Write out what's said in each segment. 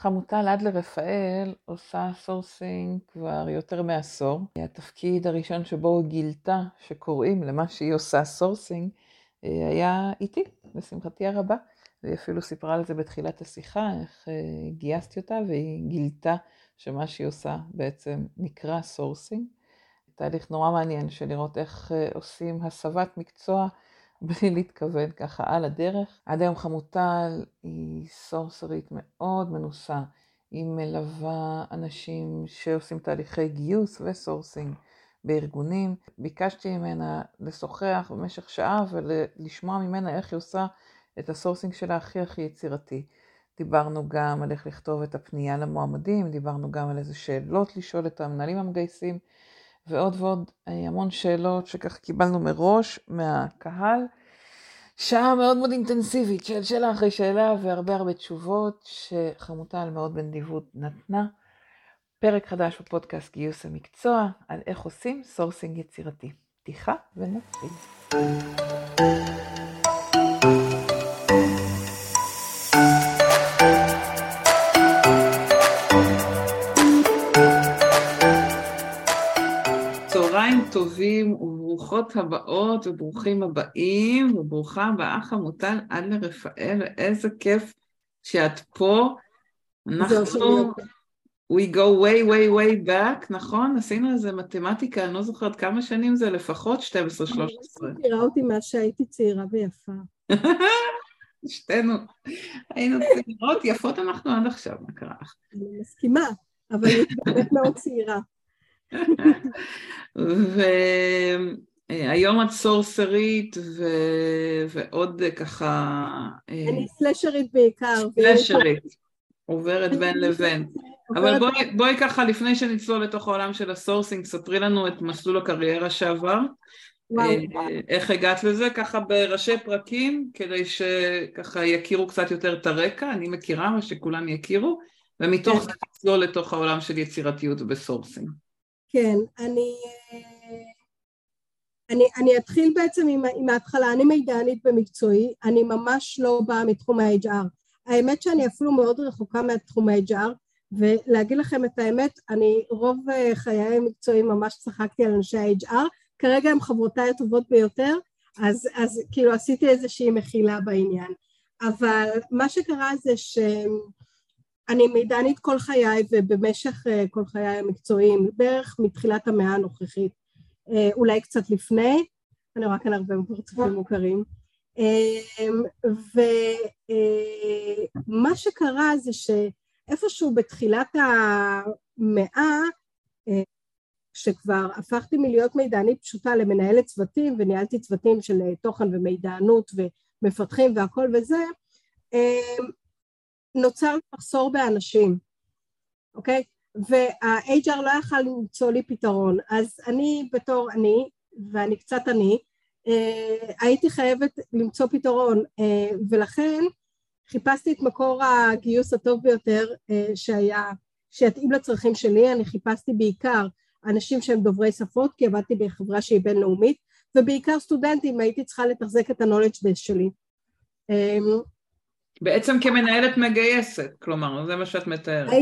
חמוטל אדלר רפאל עושה סורסינג כבר יותר מעשור. התפקיד הראשון שבו היא גילתה שקוראים למה שהיא עושה סורסינג היה איתי, לשמחתי הרבה. והיא אפילו סיפרה על זה בתחילת השיחה, איך גייסתי אותה, והיא גילתה שמה שהיא עושה בעצם נקרא סורסינג. תהליך נורא מעניין של לראות איך עושים הסבת מקצוע בלי להתכוון ככה על הדרך. עד היום חמוטל היא סורסרית מאוד מנוסה. היא מלווה אנשים שעושים תהליכי גיוס וסורסינג בארגונים. ביקשתי ממנה לשוחח במשך שעה ולשמוע ממנה איך היא עושה את הסורסינג שלה הכי יצירתי. דיברנו גם על איך לכתוב את הפנייה למועמדים, דיברנו גם על איזה שאלות לשאול את המנהלים המגייסים, ועוד ועוד המון שאלות שכך קיבלנו מראש מהקהל. שעה מאוד מאוד אינטנסיבית של שאלה אחרי שאלה והרבה תשובות שחמוטל מאוד בנדיבות נתנה. פרק חדש בפודקאסט גיוס המקצוע על איך עושים סורסינג יצירתי. פתיחה ונתחיל. טובים וברוכות הבאות וברוכים הבאים, וברוכה הבאה חמוטל אדלר רפאל, איזה כיף שאת פה. אנחנו, we go way back, נכון? עשינו איזה מתמטיקה, אני לא זוכרת כמה שנים זה, לפחות 12-13. אני תראה אותי מה שהייתי צעירה ויפה. שתינו, היינו צעירות, יפות אנחנו עד עכשיו, מה קרה לך? אני מסכימה, אבל היא באמת מאוד צעירה. והיום את סורסרית ועוד ככה... אני סלשרית בעיקר. סלשרית, עוברת בין לבין. אבל בואי ככה, לפני שנצלול לתוך העולם של הסורסינג, ספרי לנו את מסלול הקריירה שעבר. איך הגעת לזה? ככה בראשי פרקים, כדי שככה יכירו קצת יותר את הרקע, אני מכירה, מה שכולם יכירו, ומתוך זה נצלול לתוך העולם של יצירתיות בסורסינג. כן, אני אתחיל בעצם עם ההתחלה. אני מידענית במקצועי, אני ממש לא באה מתחום ה-HR. האמת שאני אפילו מאוד רחוקה מהתחום ה-HR, ולהגיד לכם את האמת, אני רוב חיי המקצועיים ממש צחקתי על אנשי ה-HR, כרגע הם חברותיי הטובות ביותר, אז כאילו עשיתי איזושהי מחילה בעניין. אבל מה שקרה זה אני מידענית כל חיי, ובמשך כל חיי המקצועיים, בערך מתחילת המאה הנוכחית, אולי קצת לפני, אני רואה כאן הרבה פרצופים מוכרים, ומה שקרה זה שאיפשהו בתחילת המאה, שכבר הפכתי מלהיות מידענית פשוטה למנהלת צוותים, וניהלתי צוותים של תוכן ומידענות ומפתחים והכל וזה, נוצר מחסור באנשים, אוקיי? וה-HR לא יכל למצוא לי פתרון, אז אני בתור אני, ואני קצת הייתי חייבת למצוא פתרון, ולכן חיפשתי את מקור הגיוס הטוב ביותר שיתאים לצרכים שלי. אני חיפשתי בעיקר אנשים שהם דוברי שפות, כי עבדתי בחברה שהיא בינלאומית, ובעיקר סטודנטים, הייתי צריכה לתחזק את ה-knowledge base שלי. בעצם כמנהלת מגייסת, כלומר, זה מה שאת מתארת.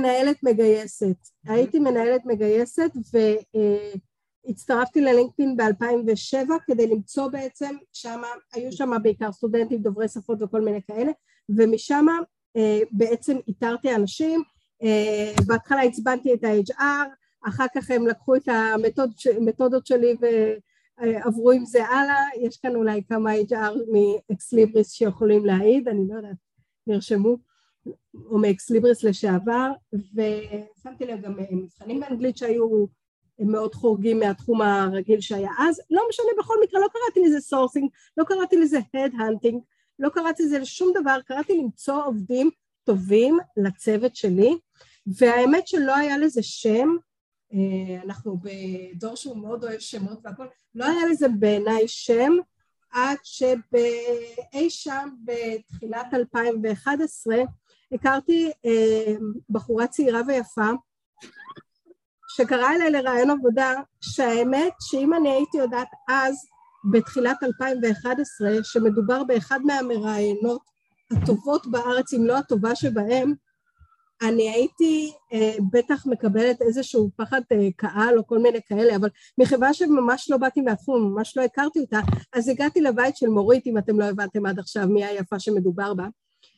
הייתי מנהלת מגייסת, והצטרפתי ללינקדאין ב-2007, כדי למצוא בעצם, היו שם בעיקר סטודנטים, דוברי שפות וכל מיני כאלה, ומשם בעצם איתרתי אנשים, בהתחלה הצבנתי את ה-HR, אחר כך הם לקחו את המתודות שלי עברו עם זה הלאה. יש כאן אולי כמה HR מאקסליבריס שיכולים להעיד, אני לא יודעת, נרשמו, או מאקסליבריס לשעבר, ושמתי להם גם מבחנים באנגלית שהיו מאוד חורגים מהתחום הרגיל שהיה אז. לא משנה, בכל מקרה לא קראתי לזה סורסינג, לא קראתי לזה הדהנטינג, לא קראתי לזה לשום דבר, קראתי למצוא עובדים טובים לצוות שלי, והאמת שלא היה לזה שם, אנחנו בדור שהוא מאוד אוהב שמות והכל, לא היה לזה בעיניי שם, עד שבאי שם בתחילת 2011, הכרתי בחורה צעירה ויפה, שקראה אליי לרעיון עבודה, שהאמת שאם אני הייתי יודעת אז, בתחילת 2011, שמדובר באחד מהמראיינות הטובות בארץ, אם לא הטובה שבהם, אני הייתי בטח מקבלת איזשהו פחד קהל או כל מיני כאלה, אבל מכיוון שממש לא באתי מהתחום, ממש לא הכרתי אותה, אז הגעתי לבית של מורית, אם אתם לא הבנתם עד עכשיו מי היפה שמדובר בה,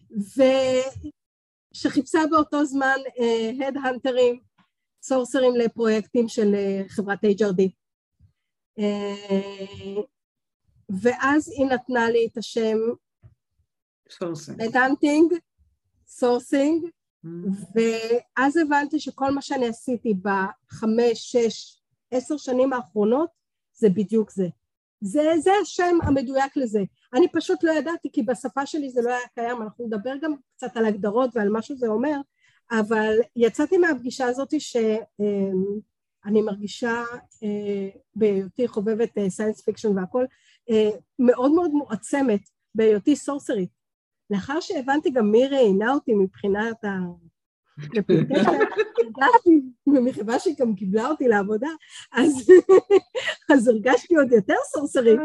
שחיפשה באותו זמן הדהנטרים, סורסרים לפרויקטים של חברת HRD. ואז היא נתנה לי את השם הדהנטינג, סורסינג, ואז הבנתי שכל מה שאני עשיתי ב5, 6, 10 שנים האחרונות, זה בדיוק זה. זה השם המדויק לזה. אני פשוט לא ידעתי, כי בשפה שלי זה לא היה קיים, אנחנו נדבר גם קצת על הגדרות ועל מה שזה אומר, אבל יצאתי מהפגישה הזאת שאני מרגישה בהיותי חובבת סיינס פיקשן והכל, מאוד מאוד מועצמת בהיותי סורסרית. לאחר שהבנתי גם מי ראיינה אותי מבחינת ומכיוון שהיא גם קיבלה אותי לעבודה, אז הרגשתי עוד יותר סורסרית.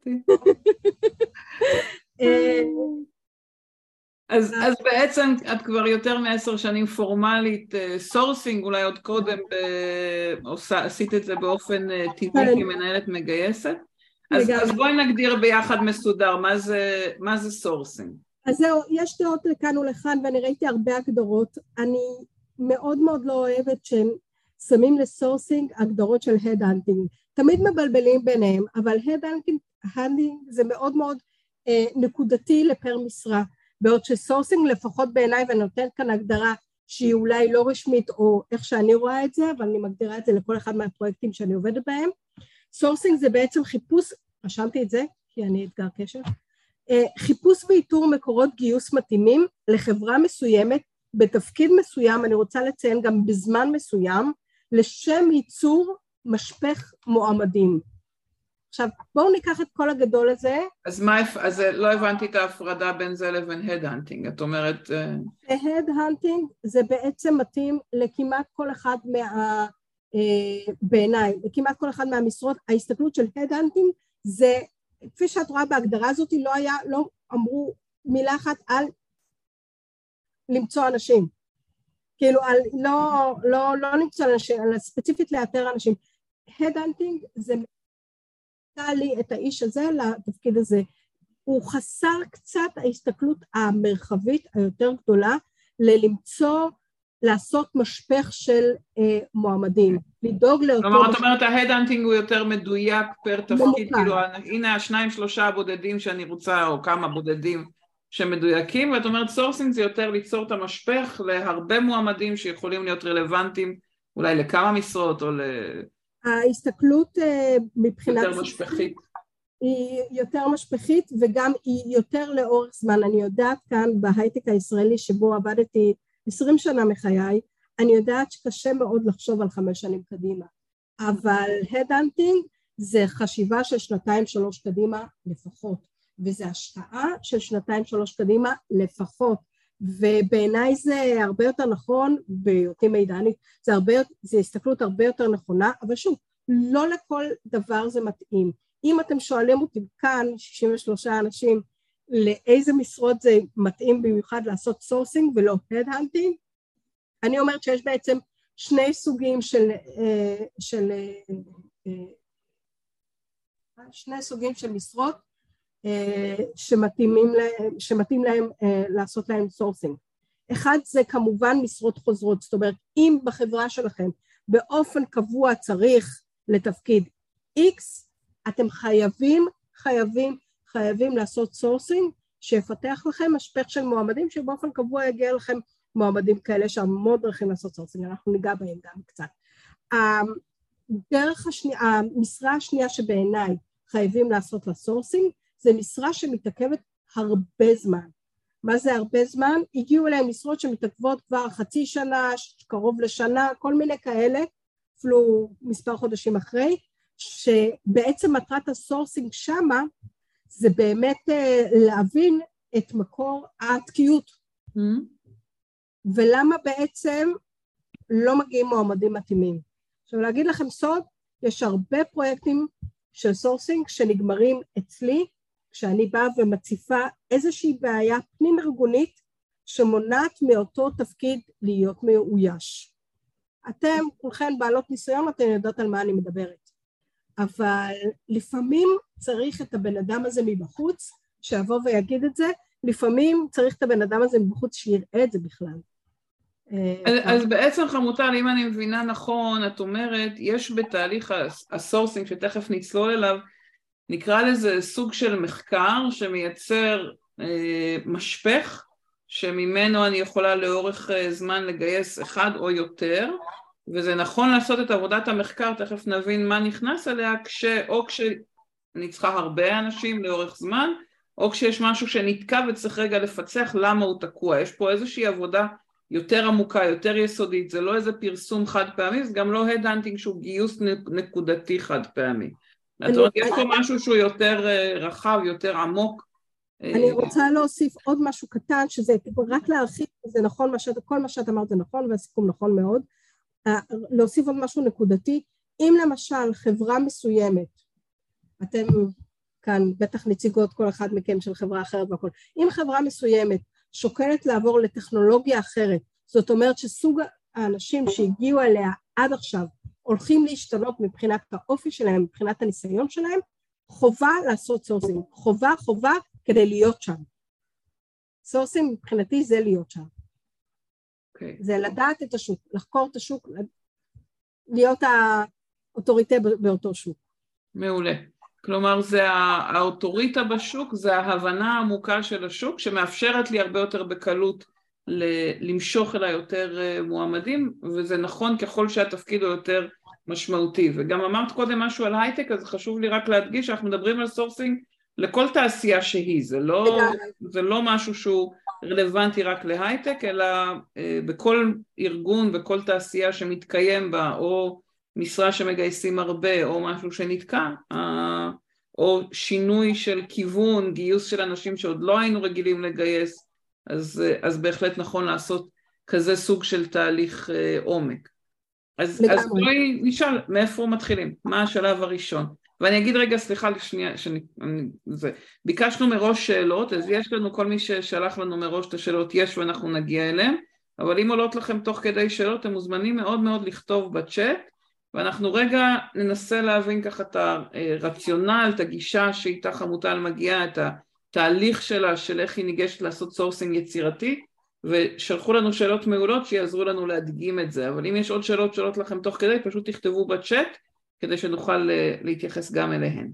אז בעצם את כבר יותר מ10 שנים פורמלית סורסינג, אולי עוד קודם עשית את זה באופן טבעי כמנהלת מגייסת. אז בואי נגדיר ביחד מסודר, מה זה סורסינג? אז זהו, יש דעות לכאן ולכאן, ואני ראיתי הרבה הגדרות. אני מאוד מאוד לא אוהבת שהם שמים לסורסינג הגדרות של הדהנטינג. תמיד מבלבלים ביניהם, אבל הדהנטינג זה מאוד מאוד נקודתי לפר משרה, בעוד שסורסינג לפחות בעיניי, ואני נותנת כאן הגדרה שהיא אולי לא רשמית, או איך שאני רואה את זה, אבל אני מגדירה את זה לכל אחד מהפרויקטים שאני עובדת בהם. סורסינג זה בעצם חיפוש, רשמתי את זה, כי אני אתגר קשר, חיפוש ואיתור מקורות גיוס מתאימים לחברה מסוימת, בתפקיד מסוים, אני רוצה לציין גם בזמן מסוים, לשם ייצור משפך מועמדים. עכשיו, בואו ניקח את כל הגדול הזה. אז לא הבנתי את ההפרדה בין זה לבין הדהנטינג, את אומרת... הדהנטינג זה בעצם מתאים לכמעט כל אחד בעיניי, לכמעט כל אחד מהמשרות, ההסתכלות של הדהנטינג זה, כפי שאת רואה בהגדרה הזאת, לא אמרו מילה אחת על למצוא אנשים. כאילו, לא למצוא אנשים, אלא ספציפית לאתר אנשים. הדהנטינג זה נתן לי את האיש הזה לתפקיד הזה. הוא חסר קצת ההסתכלות המרחבית היותר גדולה, לעשות משפך של מועמדים, לדאוג לאותו... כלומר, את אומרת, ההדהנטינג הוא יותר מדויק פר תפקיד, כאילו, הנה 2-3 בודדים שאני רוצה, או כמה בודדים שמדויקים, ואת אומרת, סורסינג זה יותר ליצור את המשפך להרבה מועמדים שיכולים להיות רלוונטיים, אולי לכמה משרות, או ההסתכלות מבחינת... יותר משפחית. היא יותר משפחית, וגם היא יותר לאורך זמן. אני יודעת כאן בהייטק הישראלי, שבו עבדתי 20 שנה מחיי, אני יודעת שקשה מאוד לחשוב על 5 שנים קדימה, אבל הדהנטינג זה חשיבה של 2-3 קדימה לפחות, וזה השקעה של 2-3 קדימה לפחות, ובעיניי זה הרבה יותר נכון, בהיותי מידענית, זה הסתכלות הרבה יותר נכונה, אבל שוב, לא לכל דבר זה מתאים. אם אתם שואלים אותי כאן, 63 אנשים, לאיזה משרות זה מתאים במיוחד לעשות סורסינג ולא הדהנטינג, אני אומרת שיש בעצם 2 סוגים של משרות שמתאים להם לעשות להם סורסינג. אחד זה כמובן משרות חוזרות, זאת אומרת אם בחברה שלכם באופן קבוע צריך לתפקיד X, אתם חייבים לעשות סורסינג שיפתח לכם משפך של מועמדים שבאופן קבוע יגיע לכם מועמדים כאלה שהמון דרכים לעשות סורסינג, אנחנו ניגע בהם גם קצת. המשרה השנייה שבעיניי חייבים לעשות לסורסינג, זה משרה שמתעכבת הרבה זמן. מה זה הרבה זמן? הגיעו אליהם משרות שמתעכבות כבר חצי שנה, קרוב לשנה, כל מיני כאלה, אפילו מספר חודשים אחרי, שבעצם מטרת הסורסינג שמה, זה באמת להבין את מקור התקיעות. ולמה בעצם לא מגיעים מועמדים מתאימים. עכשיו להגיד לכם סוד, יש הרבה פרויקטים של סורסינג שנגמרים אצלי, כשאני באה ומציפה איזושהי בעיה פנים ארגונית, שמונעת מאותו תפקיד להיות מאויש. אתם כולכם בעלות ניסיון, אתם יודעות על מה אני מדברת. אבל לפעמים צריך את הבן אדם הזה מבחוץ, שיבוא ויגיד את זה, לפעמים צריך את הבן אדם הזה מבחוץ שיראה את זה בכלל. אז בעצם חמוטל, אם אני מבינה נכון, את אומרת, יש בתהליך הסורסינג שתכף נצלול אליו, נקרא לזה סוג של מחקר שמייצר משפך, שממנו אני יכולה לאורך זמן לגייס אחד או יותר, וזה נכון לעשות את עבודת המחקר, תכף נבין מה נכנס אליה, או כשאני צריכה הרבה אנשים לאורך זמן, או כשיש משהו שנתקע וצריך רגע לפצח למה הוא תקוע. יש פה איזושהי עבודה יותר עמוקה, יותר יסודית, זה לא איזה פרסום חד פעמי, זה גם לא הדהנטינג שהוא גיוס נקודתי חד פעמי. זאת אומרת, יש פה משהו שהוא יותר רחב, יותר עמוק. אני רוצה להוסיף עוד משהו קטן, שזה רק להרחיב, זה נכון, כל מה שאת אמרת זה נכון, והסיכום נכון מאוד, להוסיף עוד משהו נקודתי, אם למשל חברה מסוימת, אתם כאן בטח נציגות כל אחד מכם של חברה אחרת והכל, אם חברה מסוימת שוקלת לעבור לטכנולוגיה אחרת, זאת אומרת שסוג האנשים שהגיעו אליה עד עכשיו, הולכים להשתנות מבחינת האופי שלהם, מבחינת הניסיון שלהם, חובה לעשות סורסינג, חובה כדי להיות שם. סורסינג מבחינתי זה להיות שם. Okay. זה לדעת את השוק, לחקור את השוק, להיות האוטוריטה באותו שוק. מעולה. כלומר, זה האוטוריטה בשוק, זה ההבנה העמוקה של השוק, שמאפשרת לי הרבה יותר בקלות למשוך אליי יותר מועמדים, וזה נכון ככל שהתפקיד הוא יותר משמעותי. וגם אמרת קודם משהו על הייטק, אז חשוב לי רק להדגיש שאנחנו מדברים על סורסינג לכל תעשייה שהיא, זה לא משהו שהוא רלוונטי רק להייטק, אלא בכל ארגון, בכל תעשייה שמתקיים בה, או משרה שמגייסים הרבה, או משהו שנתקע, או שינוי של כיוון, גיוס של אנשים שעוד לא היינו רגילים לגייס, אז בהחלט נכון לעשות כזה סוג של תהליך עומק. אז בואי נשאל, מאיפה מתחילים? מה השלב הראשון? ואני אגיד רגע, סליחה לשנייה, ביקשנו מראש שאלות, אז יש לנו, כל מי ששלח לנו מראש את השאלות, יש ואנחנו נגיע אליהם, אבל אם עולות לכם תוך כדי שאלות, אתם מוזמנים מאוד מאוד לכתוב בצ'אט, ואנחנו רגע ננסה להבין ככה את הרציונל, את הגישה שאיתה חמוטל מגיעה, את התהליך שלה, של איך היא ניגשת לעשות סורסינג יצירתי, ושלחו לנו שאלות מעולות שיעזרו לנו להדגים את זה, אבל אם יש עוד שאלות שעולות לכם תוך כדי, פשוט תכתבו בצ'אט, כדי שנוכל להתייחס גם אליהן.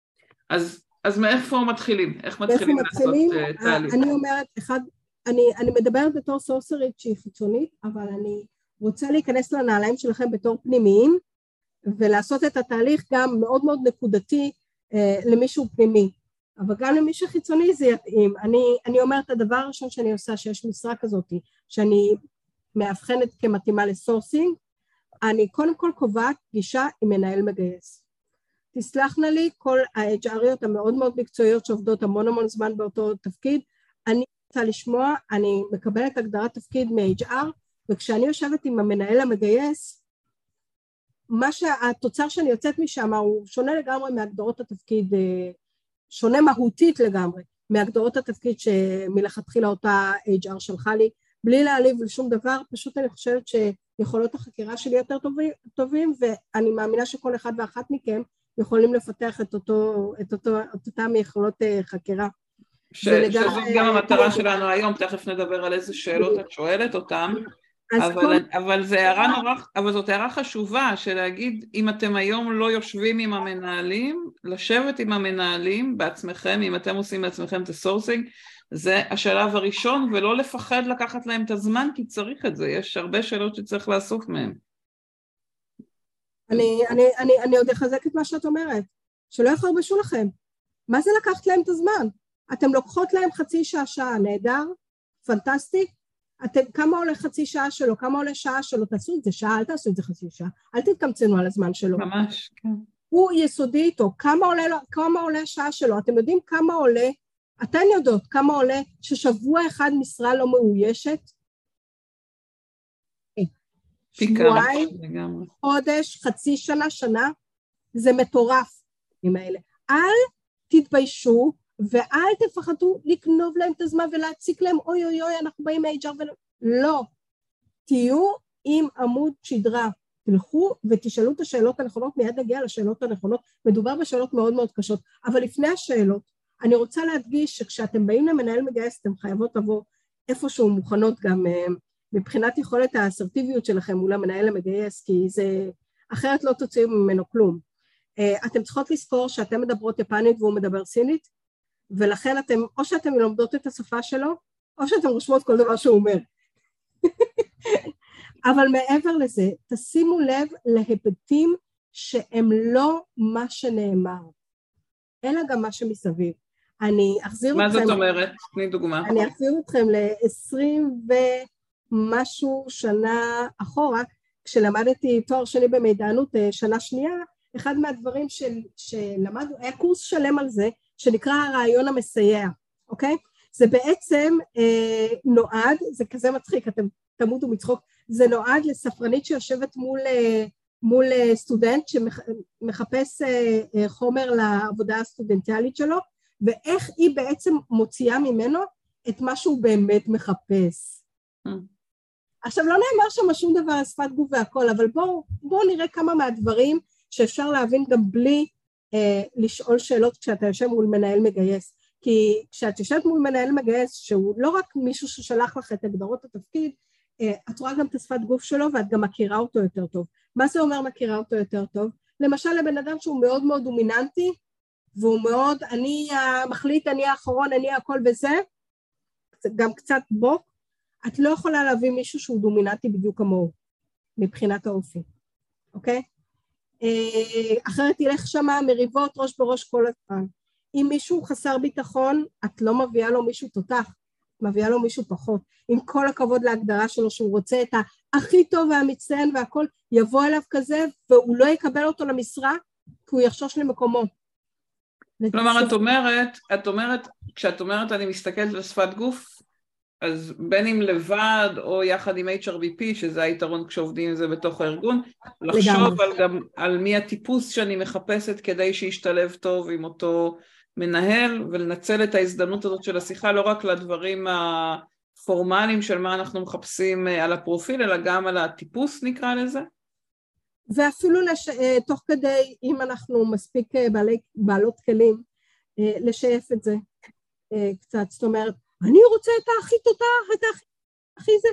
אז מאיפה מתחילים? איך מתחילים לעשות תהליך? אני אומרת, אני מדברת בתור סורסרית שהיא חיצונית, אבל אני רוצה להיכנס לנעליים שלכם בתור פנימיים, ולעשות את התהליך גם מאוד מאוד נקודתי למישהו פנימי. אבל גם למישהו חיצוני זה יתאים. אני אומרת, הדבר הראשון שאני עושה, שיש משרה כזאת, שאני מאבחנת כמתאימה לסורסינג, אני קודם כל קובעת פגישה עם מנהל מגייס. תסלחנה לי, כל ה-HRיות המאוד מאוד מקצועיות שעובדות המון זמן באותו תפקיד, אני רוצה לשמוע, אני מקבלת הגדרת תפקיד מ-HR, וכשאני יושבת עם המנהל המגייס, התוצר שאני יוצאת משם הוא שונה לגמרי מהגדרות התפקיד, שונה מהותית לגמרי, מהגדרות התפקיד שמלכתחילה אותה HR שלחה לי, בלי להעליב לשום דבר, פשוט אני חושבת שיכולות החקירה שלי יותר טובים, ואני מאמינה שכל אחד ואחת מכם יכולים לפתח את אותם יכולות חקירה. שזאת גם המטרה שלנו היום, תכף נדבר על איזה שאלות את שואלת אותם, אבל זאת הערה חשובה של להגיד, אם אתם היום לא יושבים עם המנהלים, לשבת עם המנהלים בעצמכם, אם אתם עושים בעצמכם את הסורסינג, זה השלב הראשון, ולא לפחד לקחת להם את הזמן, כי צריך את זה, יש הרבה שאלות שצריך לאסוף מהם. אני עוד אחזק את מה שאת אומרת, שלא יחרבשו לכם. מה זה לקחת להם את הזמן? אתם לוקחות להם חצי שעה, נהדר, פנטסטי, כמה עולה חצי שעה שלו, כמה עולה שעה שלו, תעשו את זה שעה, אל תעשו את זה חצי שעה, אל תתקמצנו על הזמן שלו. ממש, כן. הוא יסודי איתו, כמה עולה שעה שלו, אתם יודעים כמה עולה, אתן יודעות כמה עולה ששבוע אחד משרה לא מאוישת? שבועיים, חודש, חצי שנה, זה מטורף עם האלה. אל תתביישו ואל תפחדו לגנוב להם את הזמן ולהציק להם, אוי אוי אוי, אנחנו באים מ-HR לא, תהיו עם עמוד שדרה, תלכו ותשאלו את השאלות הנכונות, מיד נגיע לשאלות הנכונות, מדובר בשאלות מאוד מאוד קשות, אבל לפני השאלות, אני רוצה להדגיש שכשאתם באים למנהל מגייס, אתם חייבות לבוא איפשהו מוכנות גם מבחינת יכולת האסרטיביות שלכם מול המנהל המגייס, כי זה, אחרת לא תוציאו ממנו כלום. אתם צריכות לזכור שאתם מדברות יפנית והוא מדבר סינית, ולכן אתם, או שאתם לומדות את השפה שלו, או שאתם רושמות כל דבר שהוא אומר. אבל מעבר לזה, תשימו לב להיבטים שהם לא מה שנאמר, אלא גם מה שמסביב. אני אחזיר אתכם... מה זאת אומרת? תני דוגמה. אני אחזיר אתכם ל-20 ומשהו שנה אחורה, כשלמדתי תואר שני במידענות שנה שנייה, אחד מהדברים שלמדנו, היה קורס שלם על זה, שנקרא הרעיון המסייע, אוקיי? זה בעצם נועד, זה כזה מצחיק, אתם תמותו מצחוק, זה נועד לספרנית שיושבת מול סטודנט שמחפש חומר לעבודה הסטודנטיאלית שלו, ואיך היא בעצם מוציאה ממנו את מה שהוא באמת מחפש. עכשיו לא נאמר שם שום דבר על שפת גוף והכל, אבל בואו נראה כמה מהדברים שאפשר להבין גם בלי לשאול שאלות כשאתה יושב מול מנהל מגייס. כי כשאת יושבת מול מנהל מגייס, שהוא לא רק מישהו ששלח לך את הגדרות התפקיד, את רואה גם את השפת גוף שלו ואת גם מכירה אותו יותר טוב. מה זה אומר מכירה אותו יותר טוב? למשל לבן אדם שהוא מאוד מאוד דומיננטי, והוא מאוד, אני המחליט, אני האחרון, אני הכל וזה, גם קצת בוק, את לא יכולה להביא מישהו שהוא דומיננטי בדיוק כמוהו, מבחינת האופי, אוקיי? אחרת תלך שמה מריבות ראש בראש כל הזמן. אם מישהו חסר ביטחון, את לא מביאה לו מישהו תותח, מביאה לו מישהו פחות. עם כל הכבוד להגדרה שלו שהוא רוצה את הכי טוב והמצטיין והכל, יבוא אליו כזה והוא לא יקבל אותו למשרה, כי הוא יחשוש למקומו. כלומר, את אומרת, כשאת אומרת אני מסתכלת על שפת גוף, אז בין אם לבד או יחד עם HRBP, שזה היתרון כשעובדים עם זה בתוך הארגון, לחשוב גם על מי הטיפוס שאני מחפשת כדי שישתלב טוב עם אותו מנהל, ולנצל את ההזדמנות הזאת של השיחה, לא רק לדברים הפורמליים של מה אנחנו מחפשים על הפרופיל, אלא גם על הטיפוס נקרא לזה. ואפילו תוך כדי, אם אנחנו מספיק בעלות כלים, לשייף את זה קצת, זאת אומרת, אני רוצה את הכי תותח, את הכי זה.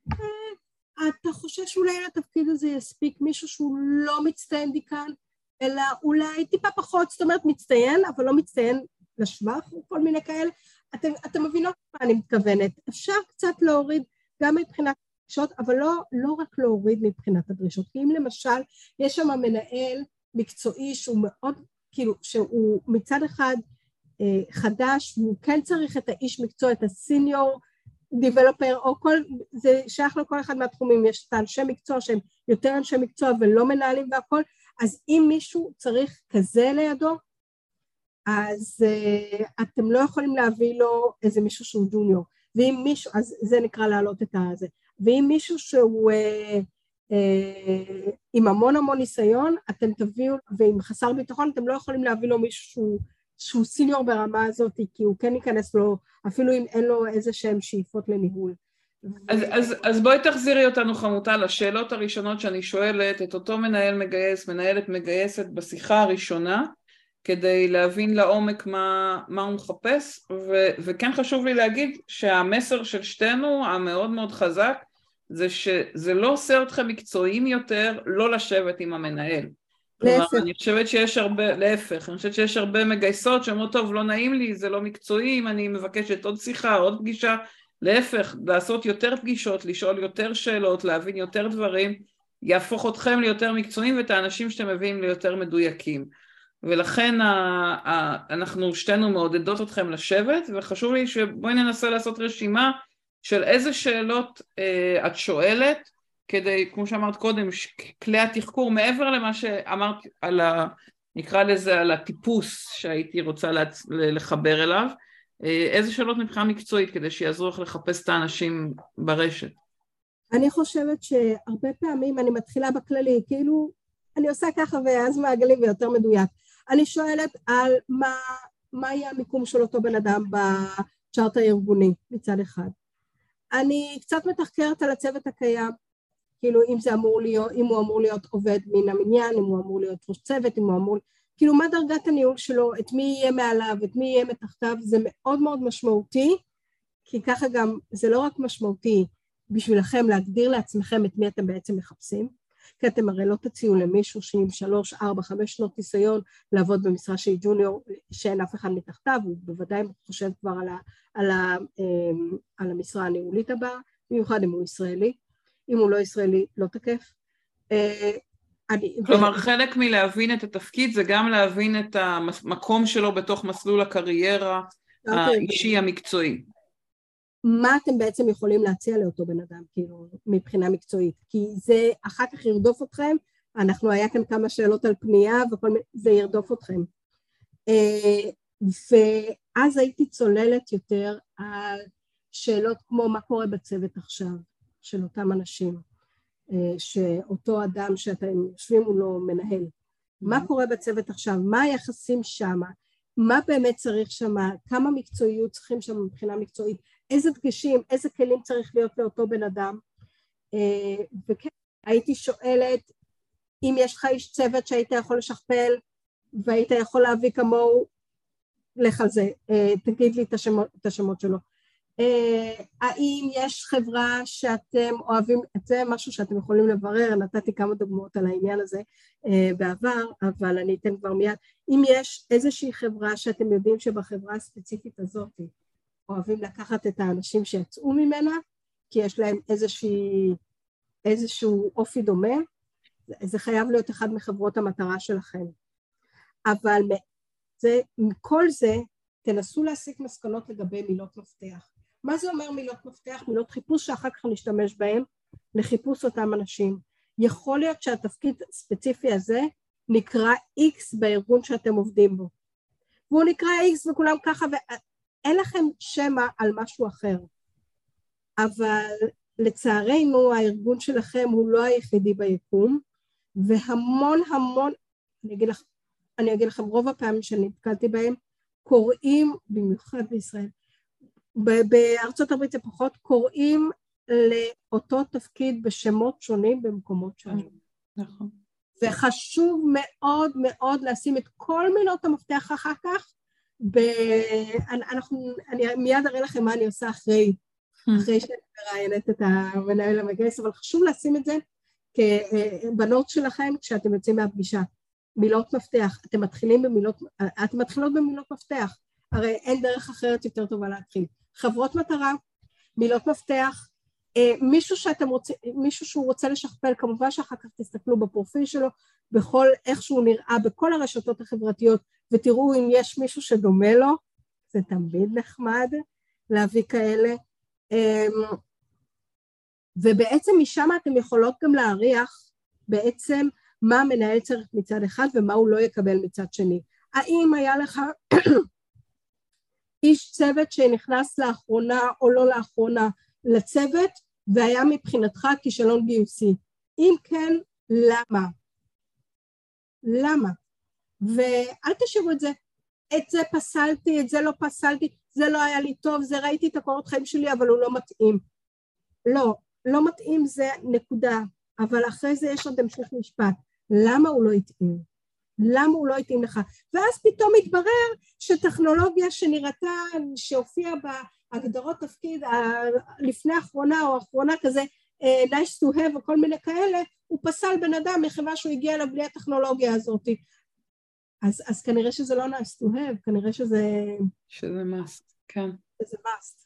אתה חושב שאולי לתפקיד הזה יספיק מישהו שהוא לא מצטיין דיקן, אלא אולי טיפה פחות, זאת אומרת מצטיין, אבל לא מצטיין לשבח או כל מיני כאלה. אתם מבינות מה אני מתכוונת. אפשר קצת להוריד גם מבחינת הדרישות, אבל לא רק להוריד מבחינת הדרישות. כי אם למשל יש שם מנהל מקצועי שהוא מאוד, כאילו שהוא מצד אחד חדש, והוא כן צריך את האיש מקצוע, את הסיניור דיבלופר, או כל, זה שייך לכל אחד מהתחומים, יש את האנשי מקצוע שהם יותר אנשי מקצוע ולא מנהלים והכל, אז אם מישהו צריך כזה לידו, אז אתם לא יכולים להביא לו איזה מישהו שהוא ג'וניור, ואם מישהו, אז זה נקרא להעלות את הזה, ואם מישהו שהוא עם המון ניסיון, אתם תביאו, ועם חסר ביטחון, אתם לא יכולים להביא לו מישהו שהוא סיניור ברמה הזאת, כי הוא כן ייכנס לו, אפילו אם אין לו איזה שהם שאיפות לניהול. אז בואי תחזירי אותנו חמותה לשאלות הראשונות שאני שואלת, את אותו מנהל מגייס, מנהלת מגייסת בשיחה הראשונה, כדי להבין לעומק מה הוא מחפש, וכן חשוב לי להגיד שהמסר של שתינו, המאוד מאוד חזק, זה שזה לא עושה אתכם מקצועיים יותר, לא לשבת עם המנהל. כלומר, אני חושבת שיש הרבה, להפך, אני חושבת שיש הרבה מגייסות שאומרות, טוב, לא נעים לי, זה לא מקצועי, אם אני מבקשת עוד שיחה, עוד פגישה, להפך, לעשות יותר פגישות, לשאול יותר שאלות, להבין יותר דברים, יהפוך אתכם ליותר מקצועיים, ואת האנשים שאתם מביאים ליותר מדויקים. ולכן אנחנו שתינו מעודדות אתכם לשבת, וחשוב לי שבואי ננסה לעשות רשימה של איזה שאלות את שואלת, כדי, כמו שאמרת קודם, כלי התחקור, מעבר למה שאמרת נקרא לזה, על הטיפוס שהייתי רוצה לחבר אליו, איזה שאלות מבחינה מקצועית, כדי שיעזרו לך לחפש את האנשים ברשת? אני חושבת שהרבה פעמים אני מתחילה בכללי, כאילו אני עושה ככה ואז מעגלים ויותר מדויק. אני שואלת על מה יהיה המיקום של אותו בן אדם בצ'ארט הארגוני מצד אחד. אני קצת מתחקרת על הצוות הקיים, כאילו אם זה אמור להיות, אם הוא אמור להיות עובד מן המניין, אם הוא אמור להיות ראש צוות, אם הוא אמור, כאילו מה דרגת הניהול שלו, את מי יהיה מעליו, את מי יהיה מתחתיו, זה מאוד מאוד משמעותי, כי ככה גם זה לא רק משמעותי בשבילכם להגדיר לעצמכם את מי אתם בעצם מחפשים, כי אתם הרי לא תציעו למישהו שעם 3, 4, 5 שנות ניסיון לעבוד במשרה שהיא ג'וניור, שאין אף אחד מתחתיו, הוא בוודאי חושב כבר על המשרה הניהולית הבאה, במיוחד אם הוא ישראלי, אם הוא לא ישראלי לא תקף. כלומר, חלק מלהבין את התפקיד זה גם להבין את המקום שלו בתוך מסלול הקריירה האישי המקצועי. מה אתם בעצם יכולים להציע לאותו בן אדם, כאילו, מבחינה מקצועית? כי זה אחר כך ירדוף אתכם, היה כאן כמה שאלות על פנייה, זה ירדוף אתכם. ואז הייתי צוללת יותר על שאלות כמו מה קורה בצוות עכשיו, של אותם אנשים, שאותו אדם שאתם יושבים מולו מנהל. מה קורה בצוות עכשיו? מה היחסים שם? מה באמת צריך שם? כמה מקצועיות צריכים שם מבחינה מקצועית? איזה דגשים, איזה כלים צריך להיות לאותו בן אדם? וכן, הייתי שואלת, אם יש לך איש צוות שהיית יכול לשכפל, והיית יכול להביא כמוהו, לך על זה, תגיד לי את השמות שלו. האם יש חברה שאתם אוהבים, זה משהו שאתם יכולים לברר, נתתי כמה דוגמאות על העניין הזה בעבר, אבל אני אתן כבר מיד. אם יש איזושהי חברה שאתם יודעים שבחברה הספציפית הזאת, אוהבים לקחת את האנשים שיצאו ממנה, כי יש להם איזשהו אופי דומה, זה חייב להיות אחד מחברות המטרה שלכם. אבל מכל זה, תנסו להסיק מסקנות לגבי מילות מפתח. מה זה אומר מילות מפתח? מילות חיפוש שאחר כך נשתמש בהן לחיפוש אותם אנשים. יכול להיות שהתפקיד הספציפי הזה נקרא X בארגון שאתם עובדים בו. והוא נקרא X וכולם ככה, ואין לכם שמה על משהו אחר. אבל לצערנו הארגון שלכם הוא לא היחידי ביקום, והמון, אני אגיד לכם, רוב הפעמים שאני נתקלתי בהם, קוראים, במיוחד בישראל, בארצות הברית זה פחות, קוראים לאותו תפקיד בשמות שונים במקומות שונים. נכון. וחשוב מאוד מאוד לשים את כל מילות המפתח אחר כך, אני מיד אראה לכם מה אני עושה אחרי שאני מראיינת את המנהל המגייס, אבל חשוב לשים את זה כבנות שלכם כשאתם יוצאים מהפגישה. מילות מפתח, אתם מתחילות במילות מפתח, הרי אין דרך אחרת יותר טובה להתחיל. חברות מטרה, מילות מפתח, מישהו שהוא רוצה לשכפל, כמובן שאחר כך תסתכלו בפרופיל שלו, בכל איך שהוא נראה, בכל הרשתות החברתיות, ותראו אם יש מישהו שדומה לו, זה תמיד נחמד להביא כאלה, ובעצם משם אתם יכולות גם להריח בעצם מה המנהל צריך מצד אחד ומה הוא לא יקבל מצד שני. האם היה לך איש צוות שנכנס לאחרונה או לא לאחרונה לצוות והיה מבחינתך כישלון גיוסי? אם כן, למה? למה? ואל תשאירו את זה פסלתי, את זה לא פסלתי, זה לא היה לי טוב, זה ראיתי את הקורות חיים שלי אבל הוא לא מתאים. לא מתאים זה נקודה, אבל אחרי זה יש עוד המשך משפט. למה הוא לא התאים? למה הוא לא התאים לך? ואז פתאום מתברר שטכנולוגיה שנראתה, שהופיעה בהגדרות תפקיד לפני האחרונה או האחרונה כזה, nice to have וכל מיני כאלה, הוא פסל בן אדם מכיוון שהוא הגיע אליו בלי הטכנולוגיה הזאת. אז כנראה שזה לא nice to have, כנראה שזה must, כן. שזה must.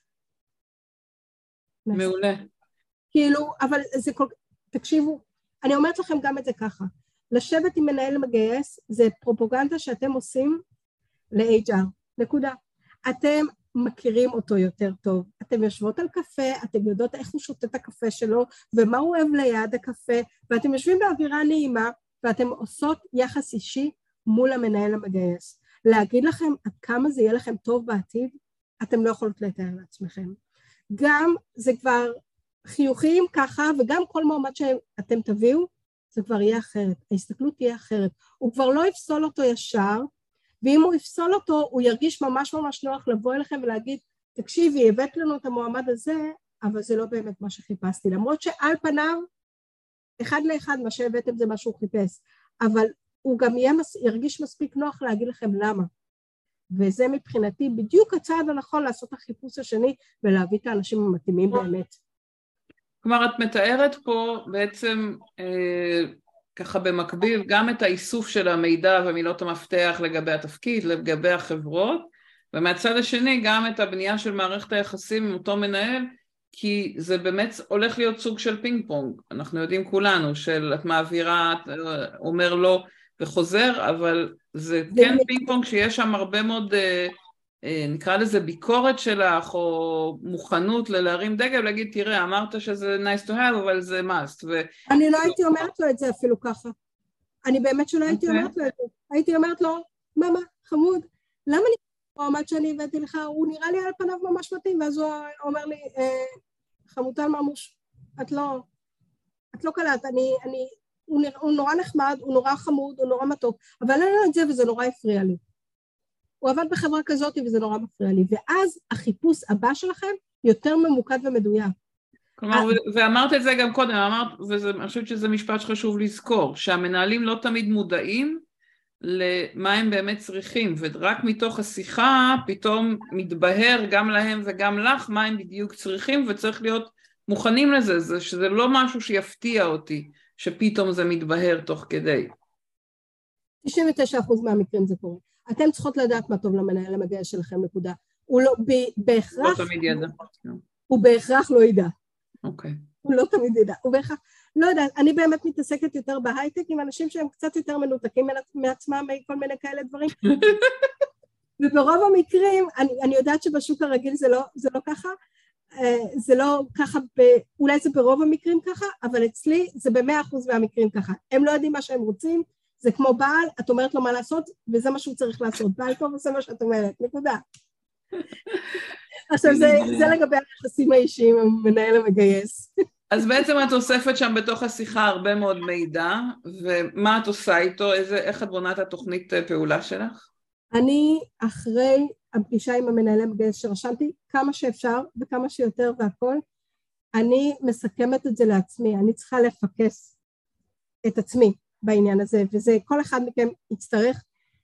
מעולה. כאילו, אבל זה כל... תקשיבו, אני אומרת לכם גם את זה ככה, לשבת עם מנהל מגייס, זה פרופוגנדה שאתם עושים ל-HR, נקודה. אתם מכירים אותו יותר טוב, אתם יושבות על קפה, אתם יודעות איך הוא שותה את הקפה שלו, ומה הוא אוהב ליד הקפה, ואתם יושבים באווירה נעימה, ואתם עושות יחס אישי מול המנהל המגייס. להגיד לכם עד כמה זה יהיה לכם טוב בעתיד, אתם לא יכולות לתאר לעצמכם. גם זה כבר חיוכים ככה, וגם כל מועמד שאתם תביאו, זה כבר יהיה אחרת, ההסתכלות תהיה אחרת. הוא כבר לא יפסול אותו ישר, ואם הוא יפסול אותו, הוא ירגיש ממש ממש נוח לבוא אליכם ולהגיד, תקשיבי, הבאת לנו את המועמד הזה, אבל זה לא באמת מה שחיפשתי, למרות שעל פניו, אחד לאחד מה שהבאתם זה מה שהוא חיפש, אבל הוא גם ירגיש מספיק נוח להגיד לכם למה. וזה מבחינתי בדיוק הצעד הנכון לעשות החיפוש השני, ולהביא את האנשים המתאימים באמת. כלומר, את מתארת פה בעצם ככה במקביל גם את האיסוף של המידע ומילות המפתח לגבי התפקיד, לגבי החברות, ומהצד השני גם את הבנייה של מערכת היחסים עם אותו מנהל, כי זה באמת הולך להיות סוג של פינג פונג. אנחנו יודעים כולנו של את מעבירה, את אומר לא וחוזר, אבל זה כן פינג פונג שיש שם הרבה מאוד, נקרא לזה ביקורת שלך, או מוכנות להרים דגל, ולהגיד, תראה, אמרת שזה nice to have, אבל זה must. אני לא הייתי אומרת לו את זה אפילו ככה. אני באמת שלא הייתי אומרת לו את זה. הייתי אומרת לו, מאמה, חמוד, למה אני מועמד שאני הבאתי לך, הוא נראה לי על פניו ממש מתאים, ואז הוא אומר לי, חמוטל ממוש, את לא קלט, הוא נורא נחמד, הוא נורא חמוד, הוא נורא מתוק, אבל אין לו את זה וזה נורא הפריע לי. הוא עבד בחברה כזאת וזה נורא מפריע לי, ואז החיפוש הבא שלכם יותר ממוקד ומדויק. כלומר, ואמרת את זה גם קודם, ואני חושבת שזה משפט שחשוב לזכור, שהמנהלים לא תמיד מודעים למה הם באמת צריכים, ורק מתוך השיחה פתאום מתבהר גם להם וגם לך מה הם בדיוק צריכים, וצריך להיות מוכנים לזה, שזה לא משהו שיפתיע אותי, שפתאום זה מתבהר תוך כדי. 99% מהמקרים זה קורה. אתם צריכות לדעת מה טוב למנהל המגייס שלכם, נקודה. הוא לא, בהכרח... לא תמיד ידע. הוא בהכרח לא ידע. אוקיי. הוא לא תמיד ידע. הוא בהכרח... לא יודעת, אני באמת מתעסקת יותר בהייטק עם אנשים שהם קצת יותר מנותקים מעצמם, כל מיני כאלה דברים. וברוב המקרים, אני יודעת שבשוק הרגיל זה לא ככה, זה לא ככה, אולי זה ברוב המקרים ככה, אבל אצלי זה ב100% מהמקרים ככה. הם לא יודעים מה שהם רוצים, זה כמו בעל, את אומרת לו מה לעשות, וזה מה שהוא צריך לעשות. בעל טוב עושה מה שאת אומרת, נקודה. עכשיו, זה לגבי היחסים האישיים עם מנהל המגייס. אז בעצם את אוספת שם בתוך השיחה הרבה מאוד מידע, ומה את עושה איתו? איך את בונה את התוכנית פעולה שלך? אני אחרי הפגישה עם המנהל המגייס שרשמתי כמה שאפשר וכמה שיותר והכל, אני מסכמת את זה לעצמי, אני צריכה לפקס את עצמי בעניין הזה, וזה כל אחד מכם יצטרך,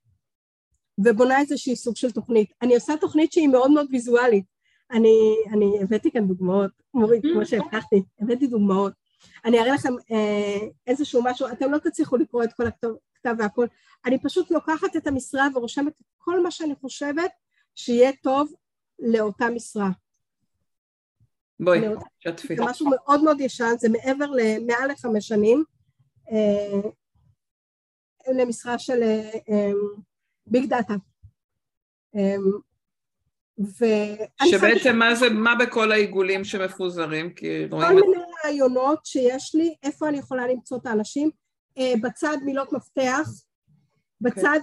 ובונה איזושהי סוג של תוכנית. אני עושה תוכנית שהיא מאוד מאוד ויזואלית, אני הבאתי כאן דוגמאות, כמו שהבטחתי, הבאתי דוגמאות, אני אראה לכם איזשהו משהו, אתם לא תצליחו לקרוא את כל הכתב והכל, אני פשוט לוקחת את המשרה ורושמת את כל מה שאני חושבת שיהיה טוב לאותה משרה. בואי, שתפי. זה משהו מאוד מאוד ישן, זה מעל ל5 שנים, למשרה של ביג דאטה. שבעצם מה בכל העיגולים שמפוזרים? כל מיני רעיונות שיש לי, איפה אני יכולה למצוא את האנשים, בצד מילות מפתח, בצד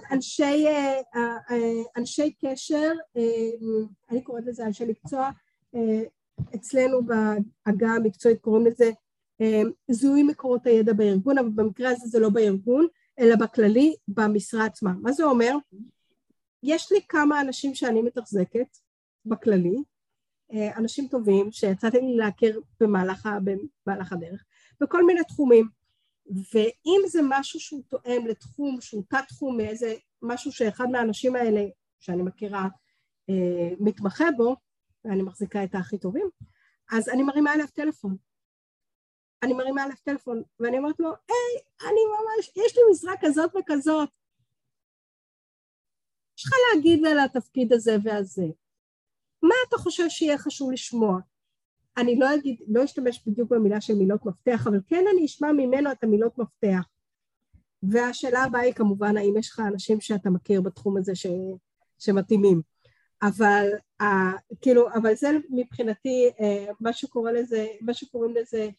אנשי קשר, אני קוראת לזה אנשי מקצוע, אצלנו בעגה המקצועית קוראים לזה זיהוי מקורות הידע בארגון, אבל במקרה הזה זה לא בארגון, אלא בכללי, במשרה עצמה. מה זה אומר? יש לי כמה אנשים שאני מתחזקת בכללי, אנשים טובים שיצאתי לי להכיר במהלך הדרך, בכל מיני תחומים, ואם זה משהו שהוא תואם לתחום, שהוא תת-תחום מאיזה משהו שאחד מהאנשים האלה שאני מכירה מתמחה בו, ואני מחזיקה את הכי טובים, אז אני מרימה אליו טלפון. ואני אומרת לו, היי, אני ממש, יש לי משרה כזאת וכזאת. יש לך להגיד על התפקיד הזה והזה. מה אתה חושב שיהיה חשוב לשמוע? אני לא אשתמש בדיוק במילה של מילות מפתח, אבל כן אני אשמע ממנו את המילות מפתח. והשאלה הבאה היא כמובן, האם יש לך אנשים שאתה מכיר בתחום הזה שמתאימים. אבל זה מבחינתי, מה שקוראים לזה,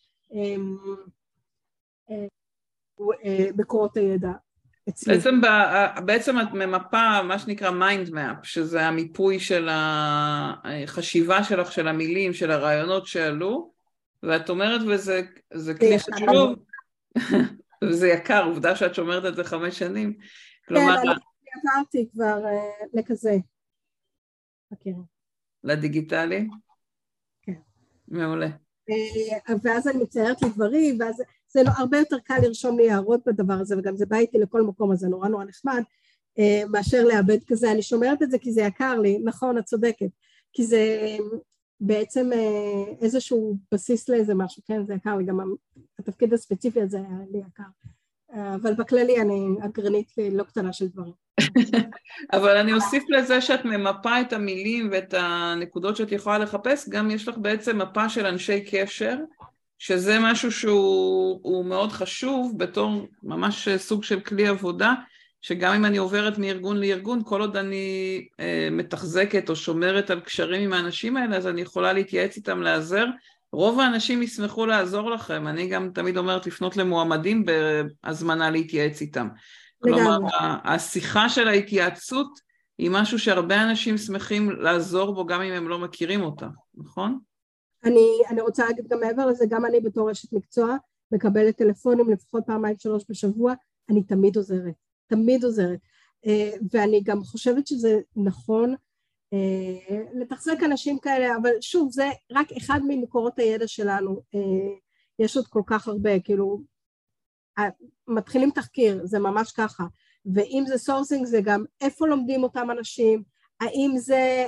מקורות הידע. בעצם את ממפה מה שנקרא mind map, שזה המיפוי של החשיבה שלך, של המילים, של הרעיונות שעלו, ואת אומרת, וזה כלי חשוב, וזה יקר, עובדה שאת שומרת את זה 5 שנים. כלומר, עברתי כבר לכזה. אוקיי. לדיגיטלי? כן. מעולה. ואז אני מציירת לי דברים, ואז זה הרבה יותר קל לרשום לי הערות בדבר הזה, וגם זה בא איתי לכל מקום, אז זה נורא נורא נחמד, מאשר לאבד כזה. אני שומרת את זה כי זה יקר לי, נכון, את צודקת, כי זה בעצם איזשהו בסיס לאיזה משהו, כן, זה יקר לי, גם התפקיד הספציפי הזה היה לי יקר, אבל בכללי אני אגרנית לא קטנה של דברים. אבל אני אוסיף לזה שאת ממפה את המילים ואת הנקודות שאת יכולה לחפש, גם יש לך בעצם מפה של אנשי קשר, שזה משהו שהוא מאוד חשוב בתור ממש סוג של כלי עבודה, שגם אם אני עוברת מארגון לארגון, כל עוד אני מתחזקת או שומרת על קשרים עם האנשים האלה, אז אני יכולה להתייעץ איתם, לעזר. רוב האנשים ישמחו לעזור לכם, אני גם תמיד אומרת לפנות למועמדים בהזמנה להתייעץ איתם. כלומר, השיחה של ההתייעצות היא משהו שהרבה אנשים שמחים לעזור בו גם אם הם לא מכירים אותה, נכון? אני רוצה להגיד גם מעבר לזה, גם אני בתור אשת מקצוע מקבלת טלפונים לפחות 2-3 בשבוע, אני תמיד עוזרת, ואני גם חושבת שזה נכון לתחזק אנשים כאלה, אבל שוב זה רק אחד ממקורות הידע שלנו, יש עוד כל כך הרבה, כאילו מתחילים תחקיר, זה ממש ככה, ואם זה סורסינג זה גם איפה לומדים אותם אנשים, האם זה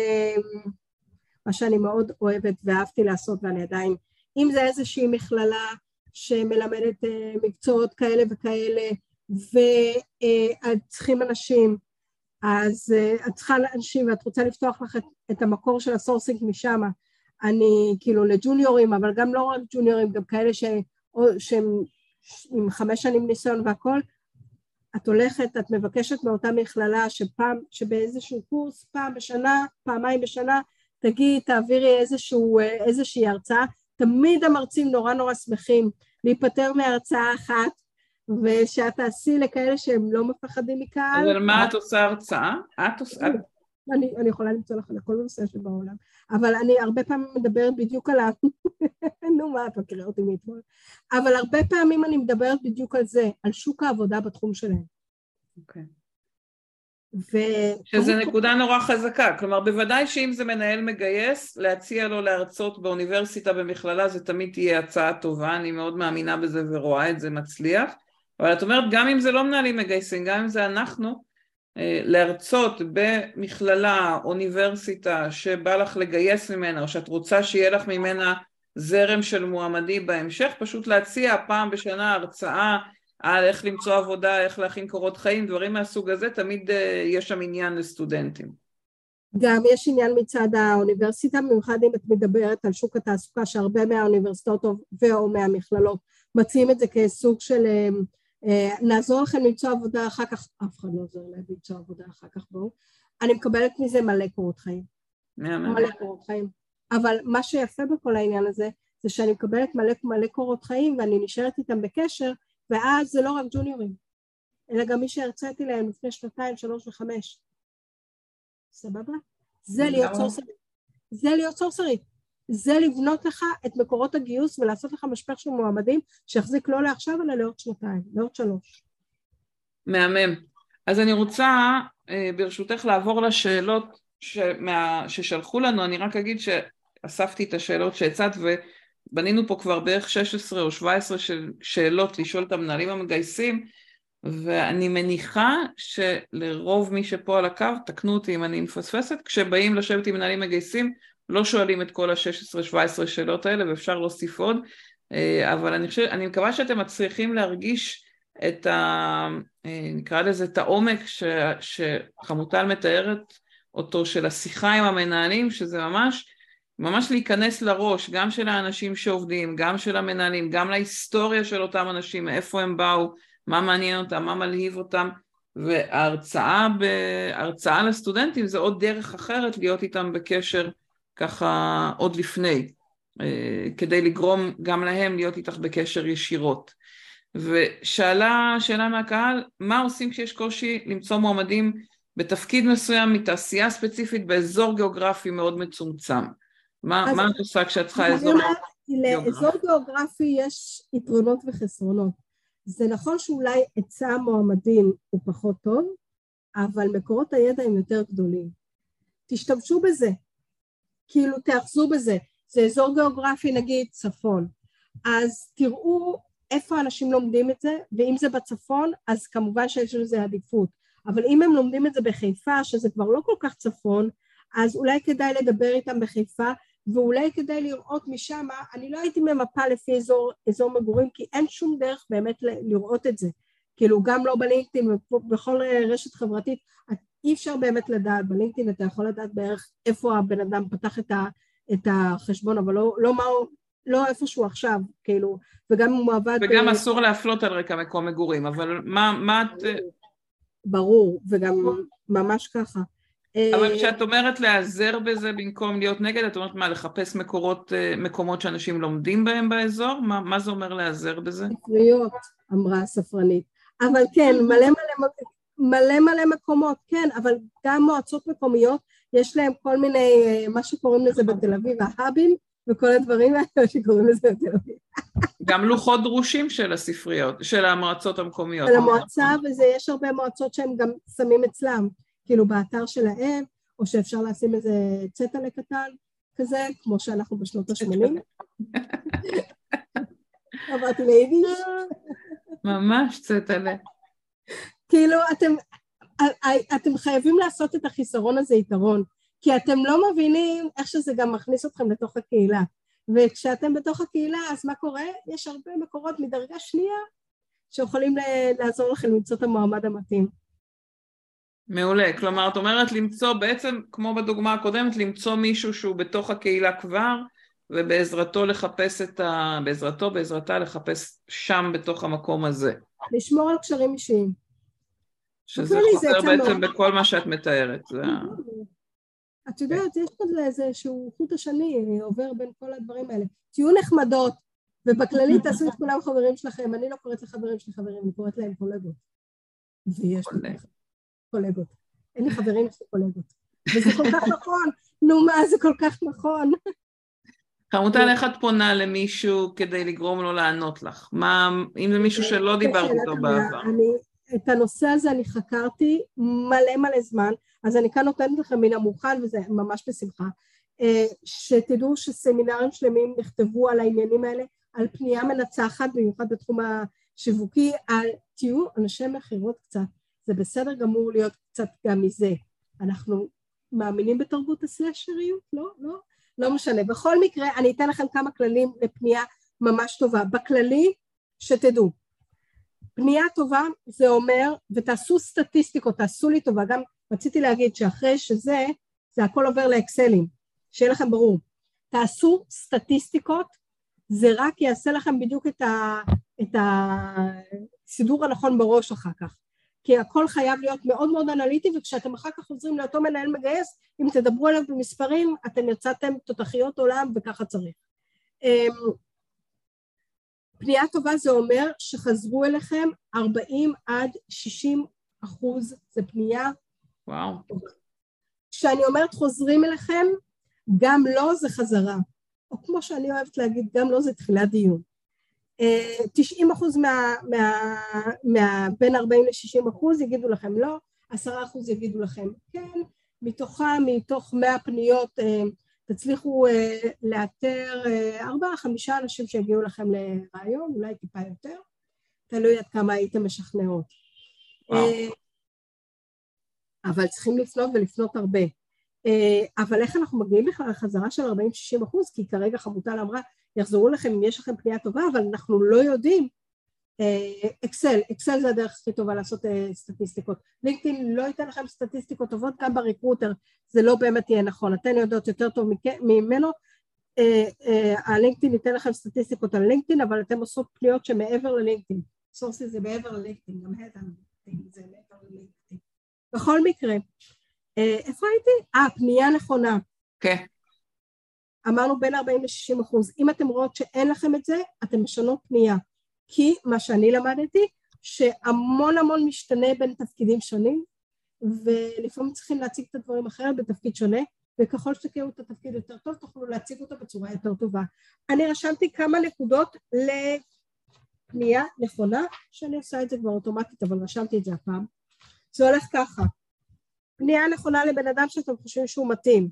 מה שאני מאוד אוהבת ואהבתי לעשות ואני עדיין, אם זה איזושהי מכללה שמלמדת מקצועות כאלה וכאלה ואת צריכים אנשים, אז את צריכה אנשים ואת רוצה לפתוח לך את המקור של הסורסינג משם, אני כאילו לג'וניורים, אבל גם לא רק ג'וניורים, גם כאלה שהם עם 5 שנים ניסיון והכל, את הולכת, את מבקשת מאותה מכללה שבאיזשהו קורס, פעם בשנה, פעמיים בשנה, תגיד, תעבירי איזושהי הרצאה, תמיד המרצים נורא נורא שמחים להיפטר מהרצאה אחת, ושאת תעשי לכאלה שהם לא מפחדים מקהל. אבל מה את עושה הרצאה? אני יכולה למצוא לך לכל נושא שבעולם, אבל אני הרבה פעמים מדברת בדיוק על נו מה, את מכירה אותי מאתמול, אבל הרבה פעמים אני מדברת בדיוק על זה, על שוק העבודה בתחום שלהם. אוקיי. שזה נקודה נורא חזקה, כלומר בוודאי שאם זה מנהל מגייס, להציע לו להרצות באוניברסיטה במכללה, זה תמיד תהיה הצעה טובה, אני מאוד מאמינה בזה ורואה את זה מצליח, אבל את אומרת גם אם זה לא מנהלים מגייסים, גם אם זה אנחנו, להרצות במכללה, אוניברסיטה שבא לך לגייס ממנה, או שאת רוצה שיהיה לך ממנה זרם של מועמדים בהמשך, פשוט להציע פעם בשנה הרצאה על איך למצוא עבודה, איך להכין קורות חיים, דברים מהסוג הזה, תמיד יש שם עניין לסטודנטים. גם יש עניין מצד האוניברסיטה, במיוחד אם את מדברת על שוק התעסוקה, שהרבה מהאוניברסיטאות או מהמכללות מציעים את זה כסוג של נעזור לכם למצוא עבודה אחר כך, אף אחד לא עוזר להם למצוא עבודה אחר כך, בואו. אני מקבלת מזה מלא קורות חיים. מלא קורות חיים. אבל מה שיפה בכל העניין הזה, זה שאני מקבלת מלא קורות חיים, ואני נשארת איתם בקשר, ואז זה לא רק ג'וניורים, אלא גם מי שהרציתי להם לפני 2, 3 ו5. סבבה? זה להיות סורסרית. זה להיות סורסרית. זה לבנות לך את מקורות הגיוס ולעשות לך משפך של מועמדים שיחזיק לא לעכשיו אלא לעוד 2, לעוד 3. מהמם. אז אני רוצה ברשותך לעבור לשאלות ששלחו לנו. אני רק אגיד שאספתי את השאלות שהצעת ובנינו פה כבר בערך 16 או 17 שאלות לשאול את המנהלים המגייסים, ואני מניחה שלרוב מי שפה על הקו, תקנו אותי אם אני מפספסת, כשבאים לשבת עם מנהלים מגייסים לא שואלים את כל ה-16-17 שאלות האלה, ואפשר להוסיף עוד, אבל אני מקווה שאתם מצליחים להרגיש את נקרא לזה, את העומק שחמוטל מתארת אותו, של השיחה עם המנהלים, שזה ממש להיכנס לראש, גם של האנשים שעובדים, גם של המנהלים, גם להיסטוריה של אותם אנשים, מאיפה הם באו, מה מעניין אותם, מה מלהיב אותם, וההרצאה לסטודנטים זה עוד דרך אחרת להיות איתם בקשר ככה עוד לפני, כדי לגרום גם להם להיות איתך בקשר ישירות. ושאלה שאלה מהקהל, מה עושים כשיש קושי למצוא מועמדים בתפקיד מסוים מתעשייה ספציפית באזור גיאוגרפי מאוד מצומצם? מה את עושה כשאת צריכה אזור גיאוגרפי? לאזור גיאוגרפי יש יתרונות וחסרונות. זה נכון שאולי היצע מועמדים הוא פחות טוב, אבל מקורות הידע הם יותר גדולים. תשתמשו בזה, כאילו תאחזו בזה, זה אזור גיאוגרפי נגיד צפון, אז תראו איפה אנשים לומדים את זה, ואם זה בצפון, אז כמובן שיש לזה עדיפות, אבל אם הם לומדים את זה בחיפה, שזה כבר לא כל כך צפון, אז אולי כדאי לדבר איתם בחיפה, ואולי כדאי לראות משם, אני לא הייתי ממפה לפי אזור מגורים, כי אין שום דרך באמת לראות את זה, כאילו גם לא בלינקדאין, בכל רשת חברתית, אי אפשר באמת לדעת, בלינקדאין אתה יכול לדעת בערך איפה הבן אדם פתח את החשבון, אבל לא איפה שהוא עכשיו, כאילו, וגם הוא עבד... וגם אסור להפלות על רקע מקום מגורים, אבל מה את... ברור, וגם ממש ככה. אבל כשאת אומרת להיעזר בזה במקום להיות נגד, את אומרת מה, לחפש מקומות שאנשים לומדים בהם באזור? מה זה אומר להיעזר בזה? ספריות, אמרה הספרנית. אבל כן, מלא מקומות, כן, אבל גם מועצות מקומיות, יש להם כל מיני, מה שקוראים לזה בתל אביב, ההאבים, וכל הדברים האלה שקוראים לזה בתל אביב. גם לוחות דרושים של הספריות, של המועצות המקומיות. על המועצה, ויש הרבה מועצות שהם גם שמים אצלם, כאילו באתר שלהם, או שאפשר לשים איזה צטלה קטן כזה, כמו שאנחנו בשנות ה-80. עברתי ליידיש. ממש צטלה. כאילו, אתם חייבים לעשות את החיסרון הזה יתרון, כי אתם לא מבינים איך שזה גם מכניס אתכם לתוך הקהילה. וכשאתם בתוך הקהילה, אז מה קורה? יש הרבה מקורות מדרגה שנייה, שיכולים לעזור לכם למצוא את המועמד המתאים. מעולה, כלומר, את אומרת למצוא בעצם, כמו בדוגמה הקודמת, למצוא מישהו שהוא בתוך הקהילה כבר, ובעזרתו לחפש בעזרתה לחפש שם בתוך המקום הזה. לשמור על קשרים אישיים. שזה חוזר בעצם בכל מה שאת מתארת. את יודעת, יש כזה איזשהו חוט השני עובר בין כל הדברים האלה. תהיו נחמדות, ובכללי תעשו את כולם חברים שלכם. אני לא קוראת לחברים שלי חברים, אני קוראת להם קולגות. ויש קולגות. אין לי חברים, יש לי קולגות. וזה כל כך נכון. נו מה, זה כל כך נכון. חמוטל, איך את פונה למישהו כדי לגרום לו לענות לך? אם זה מישהו שלא דיברת איתו בעבר? את הנושא הזה אני חקרתי מלא זמן, אז אני כאן נותנת לכם מן המוכן, וזה ממש בשמחה, שתדעו שסמינרים שלמים נכתבו על העניינים האלה, על פנייה מנצחת, במיוחד בתחום השיווקי, על תהיו אנשי מחירות קצת, זה בסדר גמור להיות קצת גם מזה, אנחנו מאמינים בתרבות הסלשריות? לא משנה, בכל מקרה אני אתן לכם כמה כללים לפנייה ממש טובה, בכללי שתדעו, פנייה טובה זה אומר, ותעשו סטטיסטיקות, תעשו לי טובה, גם רציתי להגיד שאחרי שזה, זה הכל עובר לאקסלים, שיהיה לכם ברור, תעשו סטטיסטיקות, זה רק יעשה לכם בדיוק את הסידור הנכון בראש אחר כך, כי הכל חייב להיות מאוד מאוד אנליטי, וכשאתם אחר כך חוזרים לאותו מנהל מגייס, אם תדברו עליו במספרים, אתם יצאתם תותחיות עולם וככה צריך. פנייה טובה זה אומר שחזרו אליכם 40-60%, זה פנייה. וואו. כשאני אומרת חוזרים אליכם, גם לא זה חזרה, או כמו שאני אוהבת להגיד, גם לא זה תחילת דיון. 90% בין 40-60% יגידו לכם לא, 10% יגידו לכם כן, מתוך 100 פניות, תצליחו לאתר 4-5 אנשים שיגיעו לכם לרעיון, אולי טיפה יותר, תלוי עד כמה הייתם משכנעות. אבל צריכים לפנות ולפנות הרבה. אבל איך אנחנו מגיעים בכלל לחזרה של 40-60%? כי כרגע חמוטל אמרה, יחזרו לכם אם יש לכם פנייה טובה, אבל אנחנו לא יודעים. אקסל זה הדרך הכי טובה לעשות סטטיסטיקות. לינקדאין לא ייתן לכם סטטיסטיקות טובות, גם בריקרוטר זה לא באמת יהיה נכון. אתן יודעות יותר טוב ממנו, הלינקדאין ייתן לכם סטטיסטיקות על לינקדאין, אבל אתם עושות פניות שמעבר ללינקדאין. סורסי זה מעבר ללינקדאין, גם זה מעבר ללינקדאין. בכל מקרה, איפה הייתי? פנייה נכונה. כן. אמרנו בין 40-60%. אם אתם רואות שאין לכם את זה, אתם משנות פנייה. כי מה שאני למדתי, שהמון משתנה בין תפקידים שונים, ולפעמים צריכים להציג את הדברים אחרת בתפקיד שונה, וככל שתכירו את התפקיד יותר טוב, תוכלו להציג אותו בצורה יותר טובה. אני רשמתי כמה נקודות לפנייה נכונה, שאני עושה את זה כבר אוטומטית, אבל רשמתי את זה הפעם. זה הולך ככה, פנייה נכונה לבן אדם שאתם חושבים שהוא מתאים.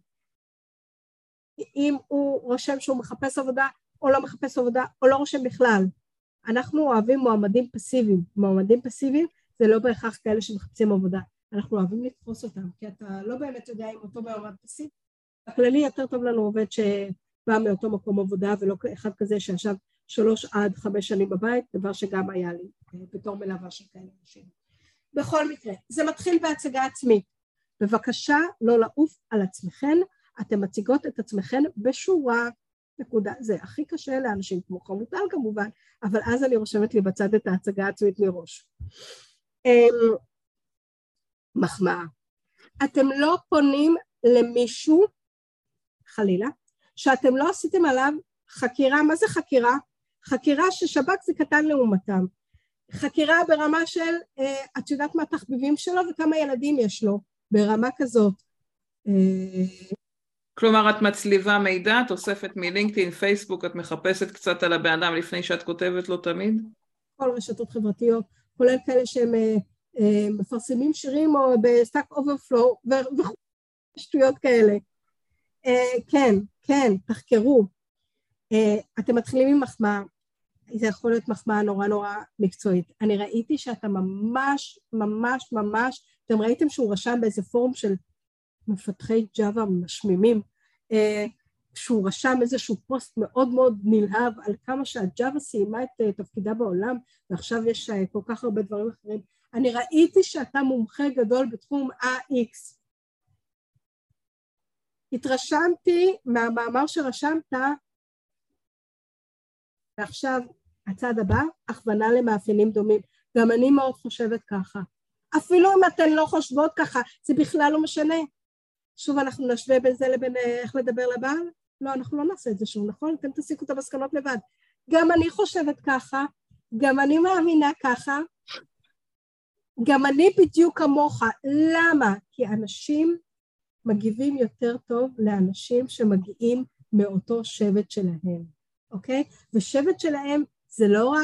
אם הוא רושם שהוא מחפש עבודה, או לא מחפש עבודה, או לא רושם בכלל. אנחנו אוהבים מועמדים פסיביים. מועמדים פסיביים זה לא בהכרח כאלה שמחפשים עבודה. אנחנו אוהבים לתפוס אותם, כי אתה לא באמת יודע אם אותו מועמד פסיבי. בכללי יותר טוב לנו עובד שבא מאותו מקום עבודה, ולא אחד כזה שישב 3 עד 5 שנים בבית, דבר שגם היה לי בתור מלווה של כאלה אנשים. בכל מקרה, זה מתחיל בהצגה עצמית. בבקשה לא לעוף על עצמכן, אתן מציגות את עצמכן בשורה, נקודה. זה הכי קשה לאנשים כמו חמוטל כמובן, אבל אז אני רושמת לי בצד את ההצגה העצמית מראש. מחמאה. אתם לא פונים למישהו, חלילה, שאתם לא עשיתם עליו חקירה. מה זה חקירה? חקירה ששב"כ זה קטן לעומתם. חקירה ברמה של, את יודעת מה התחביבים שלו וכמה ילדים יש לו, ברמה כזאת. כלומר, את מצליבה מידע, את אוספת מלינקדאין, פייסבוק, את מחפשת קצת על הבן אדם לפני שאת כותבת לו תמיד? כל רשתות חברתיות, כולל כאלה שהם מפרסמים שירים או בסטאק אוברפלואו ושטויות כאלה. כן, תחקרו. אתם מתחילים עם מחמאה, זה יכול להיות מחמאה נורא מקצועית. אני ראיתי שאתה ממש, אתם ראיתם שהוא רשם באיזה פורום של מפתחי ג'אווה משמימים, שהוא רשם איזשהו פוסט מאוד נלהב על כמה שהג'אווה סיימה את תפקידה בעולם, ועכשיו יש כל כך הרבה דברים אחרים. אני ראיתי שאתה מומחה גדול בתחום AX. התרשמתי מהמאמר שרשמת, ועכשיו הצד הבא, הכוונה למאפיינים דומים. גם אני מאוד חושבת ככה. אפילו אם אתן לא חושבות ככה, זה בכלל לא משנה. שוב אנחנו נשווה בין זה לבין איך לדבר לבעל? לא, אנחנו לא נעשה את זה שוב, נכון? אתם תסיקו את המסקנות לבד. גם אני חושבת ככה, גם אני מאמינה ככה, גם אני בדיוק כמוך. למה? כי אנשים מגיבים יותר טוב לאנשים שמגיעים מאותו שבט שלהם, אוקיי? ושבט שלהם זה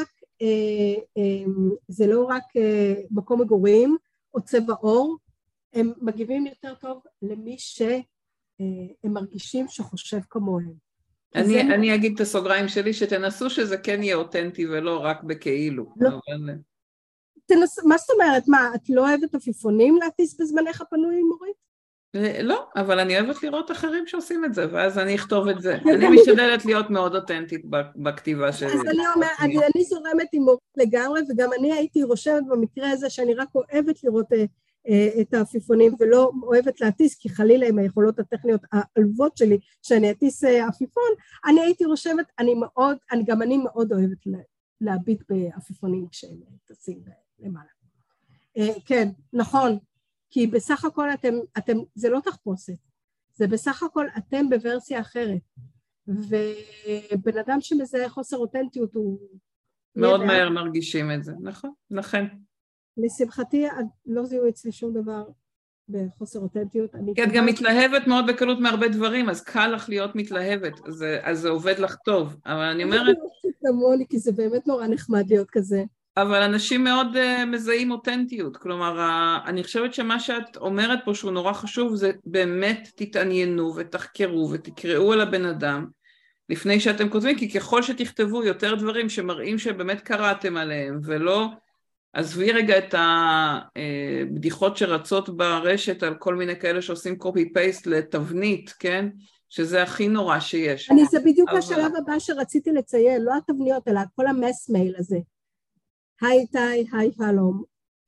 לא רק מקום מגורים או צבע עור, הם מגיבים יותר טוב למי שהם מרגישים שחושב כמוהם. אני אגיד את הסוגריים שלי, שתנסו שזה כן יהיה אותנטי ולא רק בכאילו. לא. מה זאת אומרת? מה, את לא אוהבת עפיפונים להטיס בזמנך הפנוי עם מורית? לא, אבל אני אוהבת לראות אחרים שעושים את זה, ואז אני אכתוב את זה. אני משתדלת להיות מאוד אותנטית בכתיבה שלי. אז אני אומרת, אני זורמת עם מורית לגמרי, וגם אני הייתי רושמת במקרה הזה שאני רק אוהבת לראות את העפיפונים ולא אוהבת להטיס, כי חלילה עם היכולות הטכניות העלובות שלי שאני אטיס עפיפון, אני הייתי רושמת, אני מאוד אוהבת להביט בעפיפונים כשהם טסים למעלה. כן, נכון, כי בסך הכל אתם, זה לא תחפושת, זה בסך הכל אתם בוורסיה אחרת, ובן אדם שמזהה חוסר אותנטיות הוא... מאוד מהר מרגישים את זה, נכון, לכן. לשמחתי, לא זיהו אצלי שום דבר בחוסר אותנטיות. כי את גם מתלהבת מאוד בקלות מהרבה דברים, אז קל לך להיות מתלהבת, אז זה עובד לך טוב, אבל אני אומרת... כמוני, כי זה באמת נורא נחמד להיות כזה. אבל אנשים מאוד מזהים אותנטיות, כלומר, אני חושבת שמה שאת אומרת פה שהוא נורא חשוב, זה באמת תתעניינו ותחקרו ותקראו על הבן אדם, לפני שאתם כותבים, כי ככל שתכתבו יותר דברים שמראים שבאמת קראתם עליהם, ולא... עזבי רגע את הבדיחות שרצות ברשת על כל מיני כאלה שעושים קופי-פייסט לתבנית, כן? שזה הכי נורא שיש. זה בדיוק השלב הבא שרציתי לציין, לא התבניות, אלא כל המס מייל הזה. היי איתי, היי שלום.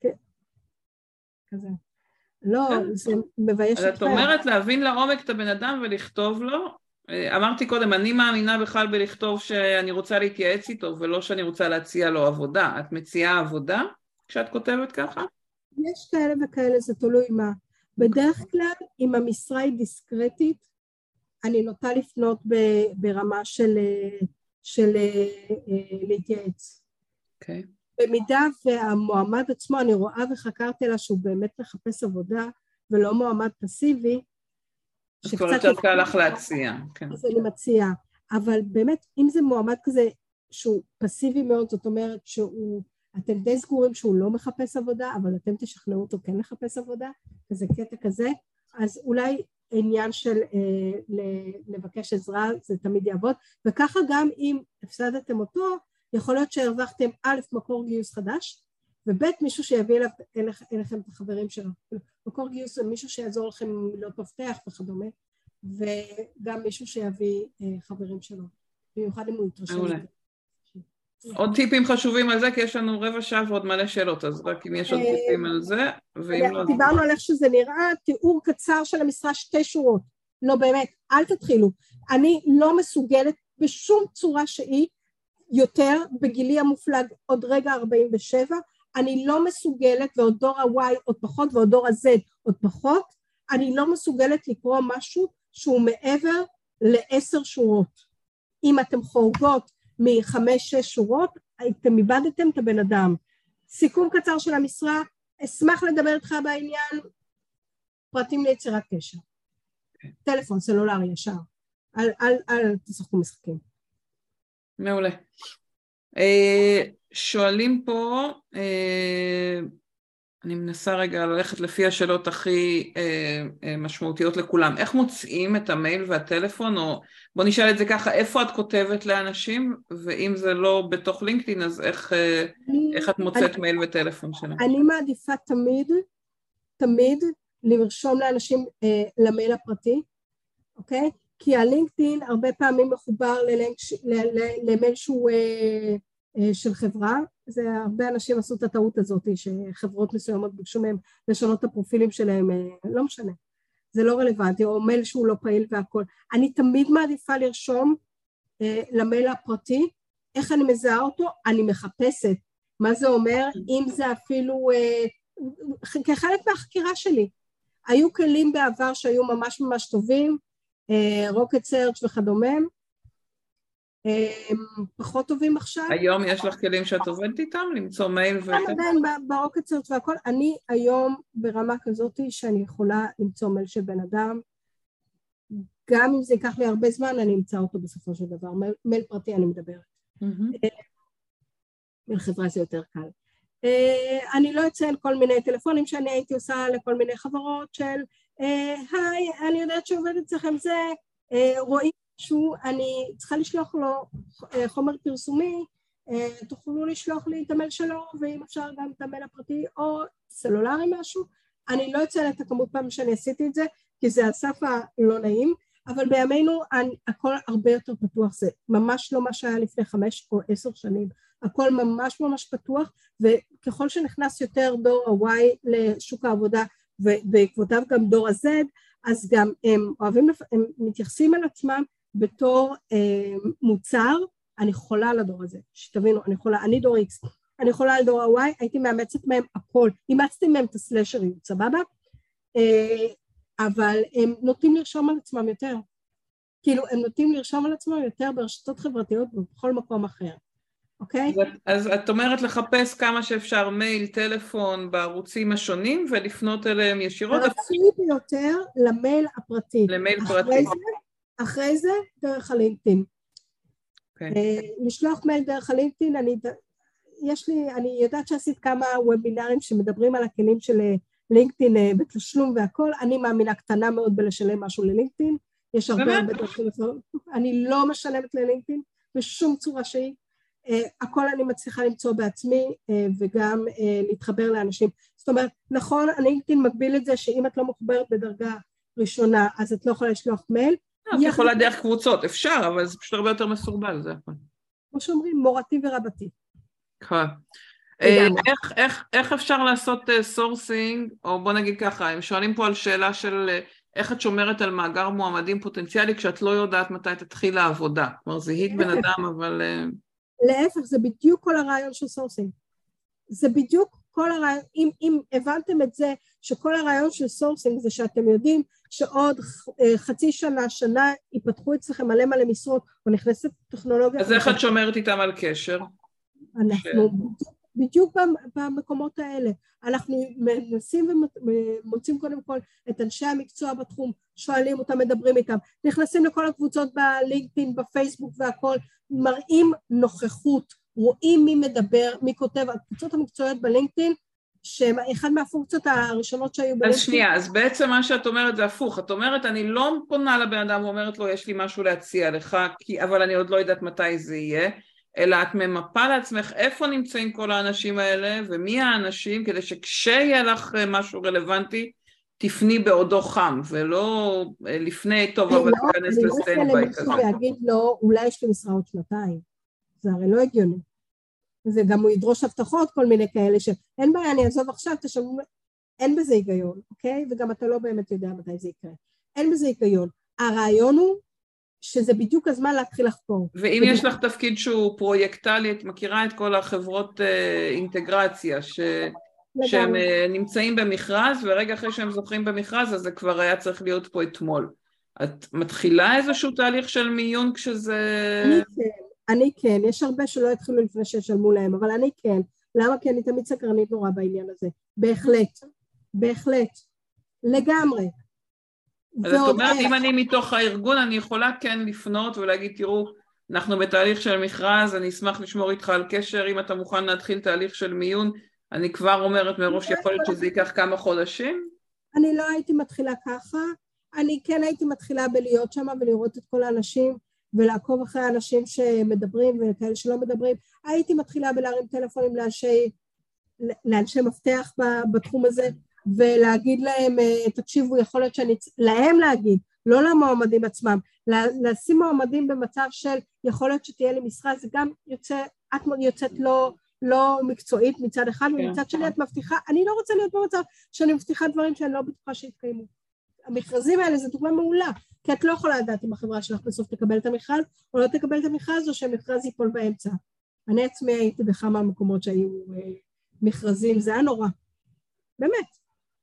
כזה. לא, זה מבייש אותך. את אומרת להבין לעומק את הבן אדם ולכתוב לו. אמרתי קודם, אני מאמינה בכלל בלכתוב שאני רוצה להתייעץ איתו, ולא שאני רוצה להציע לו עבודה. את מציעה עבודה כשאת כותבת ככה? יש כאלה וכאלה, זה תלוי מה. בדרך כלל, אם המשרה היא דיסקרטית, אני נוטה לפנות ברמה של להתייעץ. אוקיי. במידה והמועמד עצמו, אני רואה וחקרתי לה שהוא באמת מחפש עבודה, ולא מועמד פסיבי, אז כל יותר קל לך להציע. אז אני מציעה, אבל באמת, אם זה מועמד כזה שהוא פסיבי מאוד, זאת אומרת אתם די סגורים שהוא לא מחפש עבודה, אבל אתם תשכנעו אותו כן לחפש עבודה, כזה קטע כזה, אז אולי עניין של לבקש עזרה זה תמיד יעבוד, וככה גם אם הפסדתם אותו, יכול להיות שהרווחתם א' מקור גיוס חדש, וב' מישהו שיביא אליכם את החברים שלו. מקור גיוס זה מישהו שיעזור לכם עם מילות מפתח וכדומה, וגם מישהו שיביא חברים שלו, במיוחד אם הוא יתרשם. עוד טיפים חשובים על זה, כי יש לנו רבע שעה ועוד מלא שאלות, אז רק אם יש עוד טיפים על זה, ואם לא... דיברנו על איך שזה נראה, תיאור קצר של המשרה 2 שורות, לא באמת, אל תתחילו. אני לא מסוגלת בשום צורה שהיא, יותר בגילי המופלג עוד רגע 47, אני לא מסוגלת, ועוד דור ה-Y עוד פחות, ועוד דור ה-Z עוד פחות, אני לא מסוגלת לקרוא משהו שהוא מעבר ל10 שורות. אם אתם חורגות מ5-6 שורות, אתם איבדתם את הבן אדם. סיכום קצר של המשרה, אשמח לדבר איתך בעניין, פרטים ליצירת קשר. טלפון סלולרי ישר, אל תשחקו משחקים. מעולה. שואלים פה, אני מנסה רגע ללכת לפי השאלות הכי משמעותיות לכולם. איך מוצאים את המייל והטלפון, או בוא נשאל את זה ככה, איפה את כותבת לאנשים, ואם זה לא בתוך לינקדאין, אז איך את מוצאת מייל וטלפון שלהם? אני מעדיפה תמיד לרשום לאנשים למייל הפרטי, אוקיי? כי הלינקדאין הרבה פעמים מחובר למייל שהוא של חברה, זה הרבה אנשים עשו את הטעות הזאת, שחברות מסוימות ביקשו מהם לשנות את הפרופילים שלהם, לא משנה, זה לא רלוונטי, או מייל שהוא לא פעיל והכל. אני תמיד מעדיפה לרשום למייל הפרטי, איך אני מזהה אותו? אני מחפשת. מה זה אומר? אם זה אפילו כחלק מהחקירה שלי. היו כלים בעבר שהיו ממש ממש טובים, רוקט סרצ' וכדומה, פחות טובים עכשיו. היום יש לך כלים שאת עובדת איתם? למצוא מייל עדיין ברוקט סרצ' והכל. אני היום ברמה כזאת שאני יכולה למצוא מייל של בן אדם, גם אם זה ייקח לי הרבה זמן, אני אמצא אותו בסופו של דבר. מייל פרטי אני מדברת. מייל חברה זה יותר קל. אני לא אציין כל מיני טלפונים שאני הייתי עושה לכל מיני חברות של היי, אני יודעת שעובדת אצלכם זה, רואים שהוא, אני צריכה לשלוח לו חומר פרסומי, תוכלו לשלוח לי את המייל שלו, ואם אפשר גם את המייל הפרטי או סלולרי משהו. אני לא אציין את הכמות פעם שאני עשיתי את זה, כי זה הסף הלא נעים, אבל בימינו הכל הרבה יותר פתוח, זה ממש לא מה שהיה לפני 5 או 10 שנים, הכל ממש ממש פתוח, וככל שנכנס יותר דור ה-Y לשוק העבודה, ובעקבותיו גם דור ה-Z, אז גם הם מתייחסים על עצמם בתור מוצר, אני חולה על הדור הזה, שתבינו, אני דור X, אני חולה על דור ה-Y, הייתי מאמצת מהם הכל, אימצתי מהם את הסלשריות, סבבה? אבל הם נוטים לרשום על עצמם יותר, כאילו הם נוטים לרשום על עצמם יותר ברשתות חברתיות ובכל מקום אחר, אוקיי? אז את אומרת לחפש כמה שאפשר מייל, טלפון בערוצים השונים ולפנות אליהם ישירות? הרצוי ביותר למייל הפרטי. למייל פרטי. אחרי זה דרך הלינקדאין. לשלוח מייל דרך הלינקדאין, אני יודעת שעשית כמה וובינרים שמדברים על הכלים של לינקדאין בתשלום והכל, אני מאמינה קטנה מאוד בלשלם משהו ללינקדאין, יש הרבה דרכים לפעול, אני לא משלמת ללינקדאין בשום צורה שהיא, הכל אני מצליחה למצוא בעצמי וגם להתחבר לאנשים, זאת אומרת, נכון, הלינקדאין מגביל את זה שאם את לא מחוברת בדרגה ראשונה, אז את לא יכולה לשלוח מייל. את יכולה דרך קבוצות, אפשר, אבל זה פשוט הרבה יותר מסורבל, זה הכל. כמו שאומרים, מורתי ורבתי. כן. איך אפשר לעשות סורסינג, או בוא נגיד ככה, הם שואלים פה על שאלה של איך את שומרת על מאגר מועמדים פוטנציאלי, כשאת לא יודעת מתי תתחיל העבודה. כלומר, זיהית בן אדם, אבל... להפך, זה בדיוק כל הרעיון של סורסינג. זה בדיוק כל הרעיון, אם הבנתם את זה, שכל הרעיון של סורסינג זה שאתם יודעים שעוד חצי שנה, שנה, ייפתחו אצלכם מלא משרות, או נכנסת טכנולוגיה... אז איך את שומרת איתם על קשר? אנחנו בדיוק במקומות האלה, אנחנו מנסים ומוצאים קודם כל את אנשי המקצוע בתחום, שואלים אותם, מדברים איתם, נכנסים לכל הקבוצות בלינקדאין, בפייסבוק והכל, מראים נוכחות, רואים מי מדבר, מי כותב, הקבוצות המקצועיות בלינקדאין, שאחד מהפונקציות הראשונות שהיו אז שנייה, אז בעצם מה שאת אומרת זה הפוך, את אומרת אני לא פונה לבן אדם ואומרת לו יש לי משהו להציע לך, אבל אני עוד לא יודעת מתי זה יהיה, אלא את ממפה לעצמך איפה נמצאים כל האנשים האלה ומי האנשים, כדי שכשיהיה לך משהו רלוונטי תפני בעודו חם, ולא לפני טוב אבל תיכנס לסטנדביי כזה. אני לא אגיד לו אולי יש לי משרה עוד 2, זה הרי לא הגיוני. וגם הוא ידרוש הבטחות כל מיני כאלה שאין בעיה, אני אעזוב עכשיו, תשמעו, אין בזה היגיון, אוקיי? וגם אתה לא באמת יודע מתי זה יקרה. אין בזה היגיון. הרעיון הוא שזה בדיוק הזמן להתחיל לחפור. ואם יש לך תפקיד שהוא פרויקטלי, את מכירה את כל החברות אינטגרציה, שהם נמצאים במכרז, ורגע אחרי שהם זוכים במכרז, אז זה כבר היה צריך להיות פה אתמול. את מתחילה איזשהו תהליך של מיון כשזה... אני כן, יש הרבה שלא התחילו לפני שישלמו להם, אבל אני כן. למה? כי אני תמיד סקרנית נורא בעניין הזה. בהחלט. לגמרי. אז את אומרת, אם אני מתוך הארגון, אני יכולה כן לפנות ולהגיד, תראו, אנחנו בתהליך של מכרז, אני אשמח לשמור איתך על קשר, אם אתה מוכן להתחיל תהליך של מיון, אני כבר אומרת מראש, יכול להיות שזה ייקח כמה חודשים? אני לא הייתי מתחילה ככה, אני כן הייתי מתחילה בלהיות שם ולראות את כל האנשים, ולעקוב אחרי האנשים שמדברים וכאלה שלא מדברים. הייתי מתחילה בלהרים טלפונים לאנשי מפתח בתחום הזה, ולהגיד להם, תקשיבו, יכול להיות להם להגיד, לא למועמדים עצמם, לשים מועמדים במצב של יכול להיות שתהיה לי משרה, זה גם יוצא, את יוצאת לא מקצועית מצד אחד, ומצד שני את מבטיחה, אני לא רוצה להיות במצב שאני מבטיחה דברים שאני לא בטוחה שיתקיימו. המכרזים האלה זה דוגמה מעולה, כי את לא יכולה לדעת אם החברה שלך בסוף תקבל את המכרז, או לא תקבל את המכרז, או שהמכרז ייפול באמצע. אני עצמי הייתי בכמה מקומות שהיו מכרזים, זה היה נורא. באמת.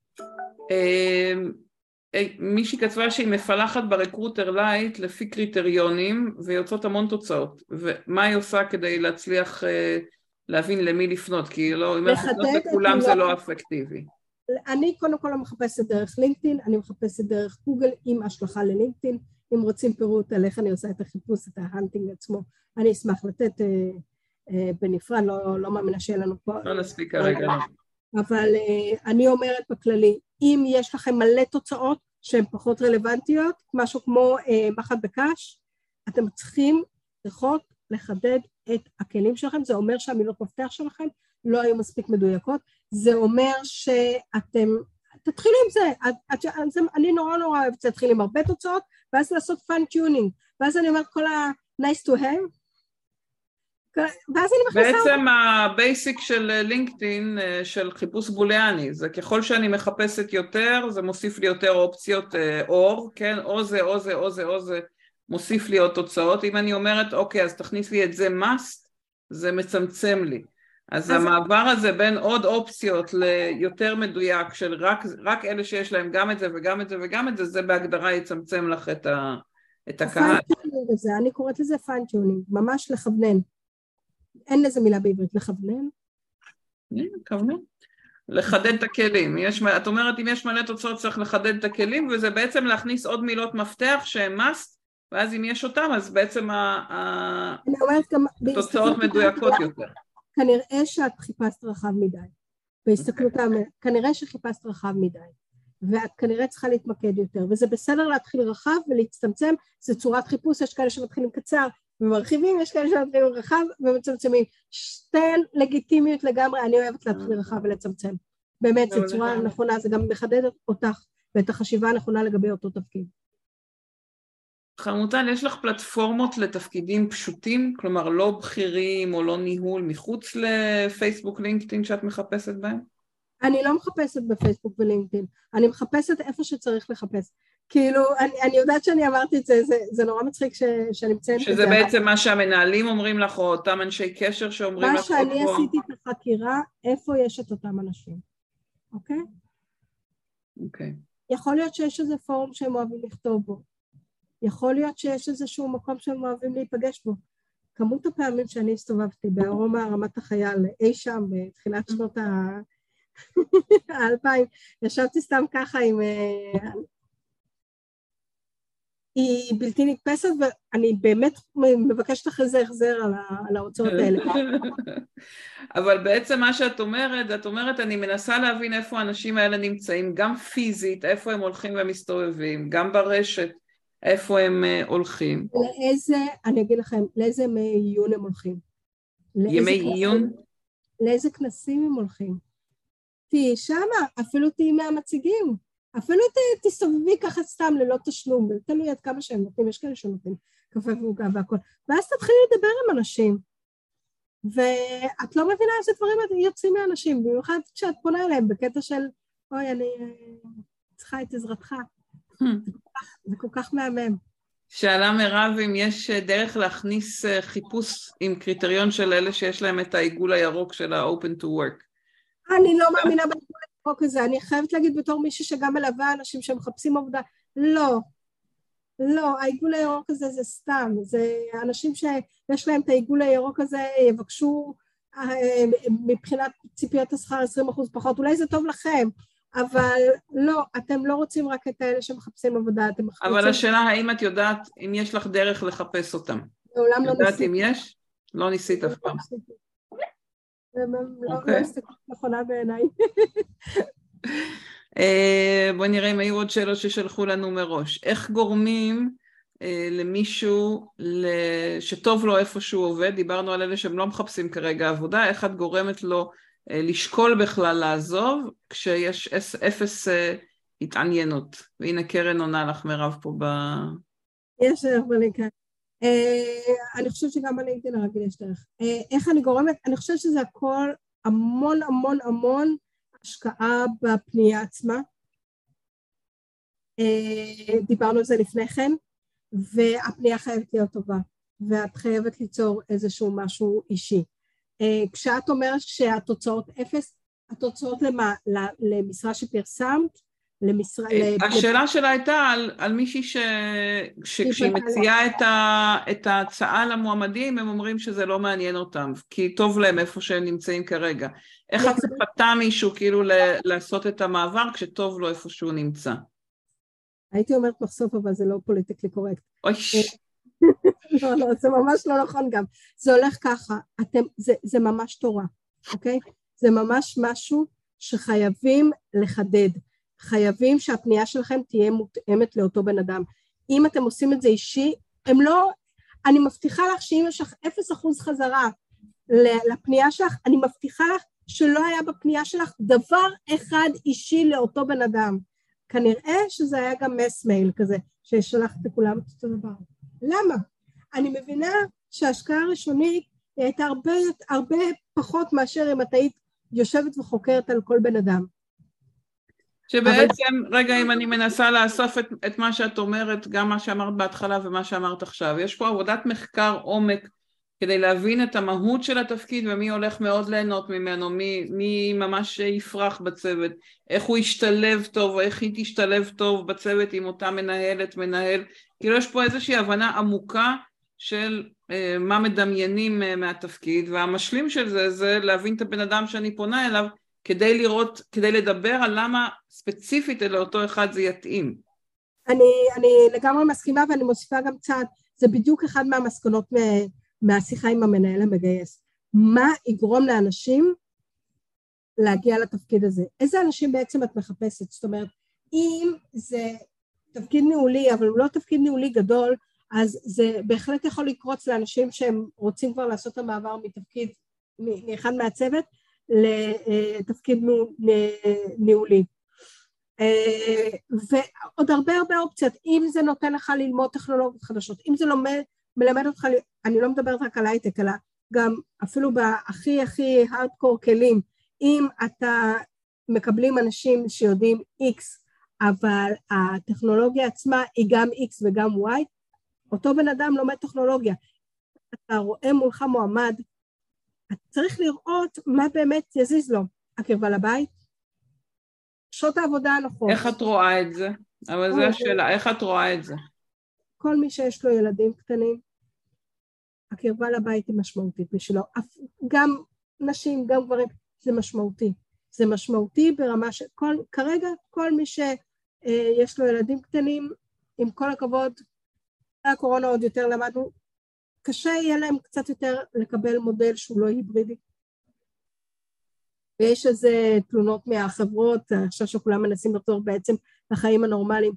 מישהי כתבה שהיא מפלחת ברקרוטר לייט לפי קריטריונים, ויוצאות המון תוצאות. ומה היא עושה כדי להצליח להבין למי לפנות? כי אם לפנות לכולם זה לא אפקטיבי. אני קודם כל לא מחפשת דרך לינקדאין, אני מחפשת דרך גוגל עם השלכה ללינקדאין. אם רוצים פירוט על איך אני עושה את החיפוש, את ההנטינג עצמו, אני אשמח לתת בנפרד, לא מאמינה שיהיה לנו פה. לא נספיק כרגע. אבל אני אומרת בכללי, אם יש לכם מלא תוצאות שהן פחות רלוונטיות, משהו כמו מחט בקש, אתם צריכות לחדד את הכלים שלכם, זה אומר שהמילות מפתח שלכם לא היו מספיק מדויקות, זה אומר שאתם, תתחילו עם זה, אני נורא אוהבת להתחיל עם הרבה תוצאות, ואז לעשות fine tuning, ואז אני אומרת כל ה-nice to have, ואז אני מכניסה... בעצם הבייסיק של לינקדאין, של חיפוש בוליאני, זה ככל שאני מחפשת יותר, זה מוסיף לי יותר אופציות אור, כן? או זה, מוסיף לי עוד תוצאות. אם אני אומרת, אוקיי, אז תכניס לי את זה must, זה מצמצם לי. אז המעבר הזה בין עוד אופציות ליותר מדויק, של רק אלה שיש להם גם את זה וגם את זה וגם את זה, זה בהגדרה יצמצם לך את הקהל. אני קוראת לזה פיינטיונינג, ממש לכוונן. אין לזה מילה בעברית, לכוונן? לכוונן. לחדד את הכלים. את אומרת, אם יש מלא תוצאות צריך לחדד את הכלים, וזה בעצם להכניס עוד מילות מפתח שהן must, ואז אם יש אותם, אז בעצם התוצאות מדויקות יותר. כנראה שאת חיפשת רחב מדי. בהסתכלות, כנראה שחיפשת רחב מדי. ואת כנראה צריכה להתמקד יותר, וזה בסדר להתחיל רחב ולהצטמצם, זה צורת חיפוש, יש כאלה שמתחילים קצר ומרחיבים, יש כאלה שמתחילים רחב ומצמצמים, שתיהן לגיטימיות לגמרי, אני אוהבת להתחיל רחב ולצמצם, באמת, זו צורה נכונה, זה גם מחדד אותך ואת החשיבה הנכונה לגבי אותו תפקיד. חמוטל, יש לך פלטפורמות לתפקידים פשוטים, כלומר לא בכירים או לא ניהול מחוץ לפייסבוק, לינקדאין שאת מחפשת בהם? אני לא מחפשת בפייסבוק ולינקדאין, אני מחפשת איפה שצריך לחפש. כאילו, אני יודעת שאני אמרתי את זה, זה נורא מצחיק שאני מציינת את זה. שזה בעצם מה שהמנהלים אומרים לך, או אותם אנשי קשר שאומרים לך... מה שאני עשיתי את החקירה, איפה יש את אותם אנשים, אוקיי? אוקיי. יכול להיות שיש איזה פורום שהם אוהבים לכתוב בו. יכול להיות שיש איזשהו מקום שהם אוהבים להיפגש בו. כמות הפעמים שאני הסתובבתי בארומה רמת החייל, אי שם, בתחילת שנות ה-2000, ישבתי סתם ככה עם... היא בלתי נתפסת, ואני באמת מבקשת אחרי זה החזר על ההוצאות האלה. אבל בעצם מה שאת אומרת, אני מנסה להבין איפה האנשים האלה נמצאים, גם פיזית, איפה הם הולכים ומסתובבים, גם ברשת, איפה הם הולכים. אני אגיד לכם, לאיזה ימי עיון הם הולכים. ימי עיון? לאיזה כנסים הם הולכים. תהי שמה, אפילו תהי מהמציגים. אפילו תסתובבי ככה סתם ללא תשלום, תלוי עד כמה שהם נותנים, יש כאלה שנותנים קפה ועוגה והכל, ואז תתחילי לדבר עם אנשים, ואת לא מבינה איזה דברים יוצאים מאנשים, במיוחד כשאת פונה אליהם בקטע של, אוי, אני צריכה את עזרתך, זה כל כך מהמם. שאלה מירב אם יש דרך להכניס חיפוש עם קריטריון של אלה שיש להם את העיגול הירוק של ה-open to work. אני לא מאמינה בעיגול הירוק הזה, אני חייבת להגיד בתור מישהי שגם מלווה אנשים שמחפשים עבודה, לא, העיגול הירוק הזה זה סתם, זה אנשים שיש להם את העיגול הירוק הזה יבקשו מבחינת ציפיות השכר 20% פחות, אולי זה טוב לכם, אבל לא, אתם לא רוצים רק את האלה שמחפשים עבודה, אתם מחפשים... אבל השאלה האם את יודעת, אם יש לך דרך לחפש אותם. מעולם לא ניסית. יודעת אם יש? לא ניסית אף פעם. לא הסתכלות נכונה בעיניי. בואי נראה אם היו עוד שאלות ששלחו לנו מראש. איך גורמים למישהו שטוב לו איפה שהוא עובד? דיברנו על אלה שהם לא מחפשים כרגע עבודה. איך את גורמת לו לשקול בכלל לעזוב כשיש אפס התעניינות? והנה קרן עונה לך מירב פה יש דרך בלינקדאין. אני חושבת שגם בלינקדאין הרגיל יש דרך. איך אני גורמת? אני חושבת שזה הכל המון המון המון השקעה בפנייה עצמה. דיברנו על זה לפני כן, והפנייה חייבת להיות טובה, ואת חייבת ליצור איזשהו משהו אישי. כשאת אומרת שהתוצאות אפס, התוצאות למה? למשרה שפרסמת? השאלה שלה הייתה על מישהי שכשהיא מציעה את ההצעה למועמדים, הם אומרים שזה לא מעניין אותם, כי טוב להם איפה שהם נמצאים כרגע. איך את מפתה מישהו כאילו לעשות את המעבר כשטוב לו איפה שהוא נמצא? הייתי אומרת בסוף, אבל זה לא פוליטיקלי קורקט. אוי. לא, זה ממש לא נכון גם. זה הולך ככה, זה ממש תורה, אוקיי? זה ממש משהו שחייבים לחדד. חייבים שהפנייה שלכם תהיה מותאמת לאותו בן אדם. אם אתם עושים את זה אישי, אני מבטיחה לך שאם יש לך 0% חזרה לפנייה שלך, אני מבטיחה לך שלא היה בפנייה שלך דבר אחד אישי לאותו בן אדם. כנראה שזה היה גם מס מייל כזה, ששלחת לכולם את אותו דבר. למה? אני מבינה שההשקעה הראשונית הייתה הרבה פחות מאשר אם את היית יושבת וחוקרת על כל בן אדם. שבעצם, רגע, אם אני מנסה לאסוף את מה שאת אומרת, גם מה שאמרת בהתחלה ומה שאמרת עכשיו, יש פה עבודת מחקר עומק כדי להבין את המהות של התפקיד ומי הולך מאוד ליהנות ממנו, מי ממש יפרח בצוות, איך הוא ישתלב טוב או איך היא תשתלב טוב בצוות עם אותה מנהל, כאילו יש פה איזושהי הבנה עמוקה של מה מדמיינים מהתפקיד, והמשלים של זה להבין את הבן אדם שאני פונה אליו, כדי לדבר על למה ספציפית לאותו אחד זה יתאים. אני לגמרי מסכימה ואני מוסיפה גם קצת, זה בדיוק אחד מהמסקנות מהשיחה עם המנהל המגייס. מה יגרום לאנשים להגיע לתפקיד הזה? איזה אנשים בעצם את מחפשת? זאת אומרת, אם זה תפקיד ניהולי, אבל הוא לא תפקיד ניהולי גדול, אז זה בהחלט יכול לקרוץ לאנשים שהם רוצים כבר לעשות את המעבר מתפקיד, מאחד מהצוות, לתפקיד ניהולי. ועוד הרבה אופציות, אם זה נותן לך ללמוד טכנולוגיות חדשות, אם זה מלמד אותך, אני לא מדברת רק על הייטק, אלא גם אפילו בהכי הארדקור כלים, אם אתה מקבלים אנשים שיודעים X, אבל הטכנולוגיה עצמה היא גם X וגם Y, אותו בן אדם לומד טכנולוגיה, אתה רואה מולך מועמד, אתה צריך לראות מה באמת יזיז לו, הקרבה לבית, שעות העבודה הנוחות. איך את רואה את זה? אבל זו השאלה, איך את רואה את זה? כל מי שיש לו ילדים קטנים, הקרבה לבית היא משמעותית בשבילו, גם נשים, גם גברים, זה משמעותי. זה משמעותי ברמה כרגע כל מי שיש לו ילדים קטנים, עם כל הכבוד, הקורונה עוד יותר למדנו, קשה יהיה להם קצת יותר לקבל מודל שהוא לא היברידי. ויש איזה תלונות מהחברות, עכשיו שכולם מנסים לחזור בעצם לחיים הנורמליים.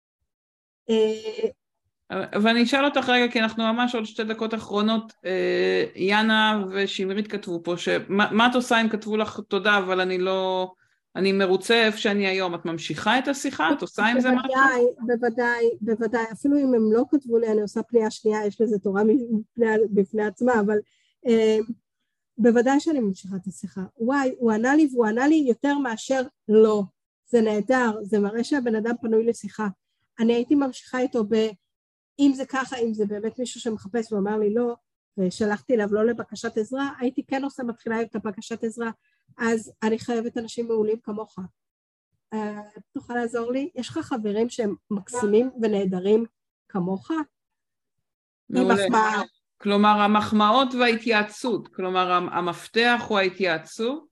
ואני אשאל אותך רגע, כי אנחנו ממש עוד 2 דקות אחרונות, יאנה ושמרית כתבו פה, מה את עושה אם כתבו לך תודה, אבל אני מרוצה איפה שאני היום, את ממשיכה את השיחה? את עושה עם זה משהו? בוודאי, אפילו אם הם לא כתבו לי, אני עושה פנייה שנייה, יש לזה תורה בפני עצמה, אבל בוודאי שאני ממשיכה את השיחה. וואי, הוא ענה לי והוא ענה לי יותר מאשר לא. זה נהדר, זה מראה שהבן אדם פנוי לשיחה. אני הייתי ממשיכה איתו אם זה ככה, אם זה באמת מישהו שמחפש ואומר לי לא, ושלחתי אליו לא לבקשת עזרה, הייתי כן מתחילה את הבקשת עזרה, אז אני חייבת אנשים מעולים כמוך. תוכל לעזור לי? יש לך חברים שהם מקסימים ונהדרים כמוך? מעולה. כלומר, המחמאות וההתייעצות, כלומר, המפתח הוא ההתייעצות,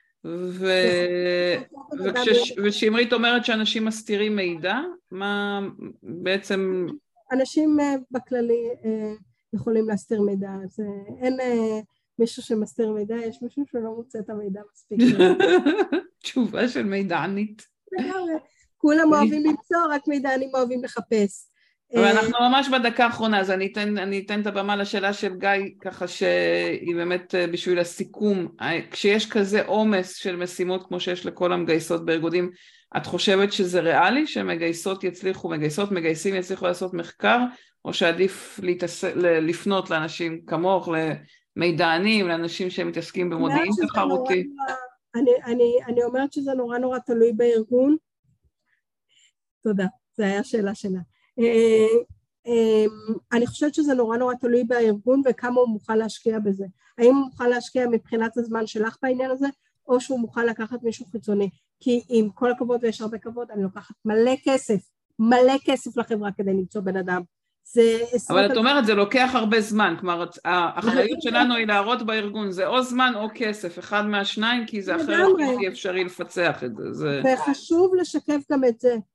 ושמרית אומרת שאנשים מסתירים מידע, מה בעצם... אנשים בכללי יכולים להסתיר מידע, אז אין מישהו שמסתיר מידע, יש מישהו שלא מוצא את המידע מספיק. תשובה של מידענית. כולם אוהבים למצוא, רק מידענים אוהבים לחפש. אבל אנחנו ממש בדקה האחרונה, אז אני אתן את הבמה לשאלה של גיא, ככה שהיא באמת בשביל הסיכום, כשיש כזה עומס של משימות כמו שיש לכל המגייסות בארגונים, את חושבת שזה ריאלי, שמגייסות יצליחו, מגייסים יצליחו לעשות מחקר, או שעדיף לפנות לאנשים כמוך, למידענים, לאנשים שמתעסקים במודיעין תחרותי? אני אומרת שזה נורא נורא תלוי בארגון. תודה, זו הייתה שאלה שלה. אני חושבת שזה נורא נורא תלוי בארגון וכמה הוא מוכן להשקיע בזה. האם הוא מוכן להשקיע מבחינת הזמן שלך בעניין הזה, או שהוא מוכן לקחת מישהו חיצוני. כי עם כל הכבוד ויש הרבה כבוד, אני לוקחת מלא כסף לחברה כדי למצוא בן אדם. אבל את אומרת, זה לוקח הרבה זמן, כלומר, האחריות שלנו היא להראות בארגון, זה או זמן או כסף, אחד מהשניים, כי זה אחרת בלתי אפשרי לפצח את זה. וחשוב לשקף גם את זה.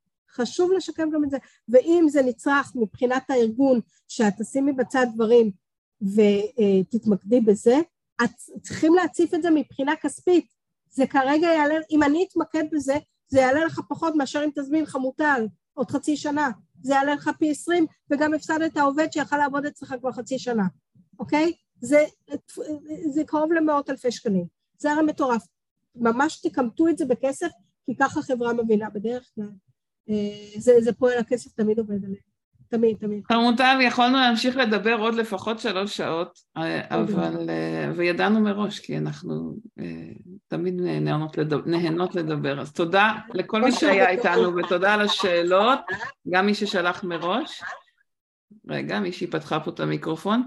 ואם זה נצרך מבחינת הארגון, שאת תשימי בצד דברים ותתמקדי בזה, את צריכים להציף את זה מבחינה כספית. זה כרגע יעלה, אם אני אתמקד בזה, זה יעלה לך פחות מאשר אם תזמין לך מוטל עוד חצי שנה. זה יעלה לך פי 20, וגם הפסדת העובד שיכל לעבוד אצלך כבר חצי שנה. אוקיי? זה קרוב ל100,000 שקלים. זה הרי מטורף. ממש תקמתו את זה בכסף, כי ככה חברה מבינה בדרך כלל. זה פועל, הכסף תמיד עובד עליהם. תמיד. חמוטל, יכולנו להמשיך לדבר עוד לפחות 3 שעות, וידענו מראש, כי אנחנו תמיד נהנות לדבר. אז תודה לכל מי שהיה איתנו, ותודה על השאלות, גם מי ששלח מראש. רגע, מישהי פתחה פה את המיקרופון.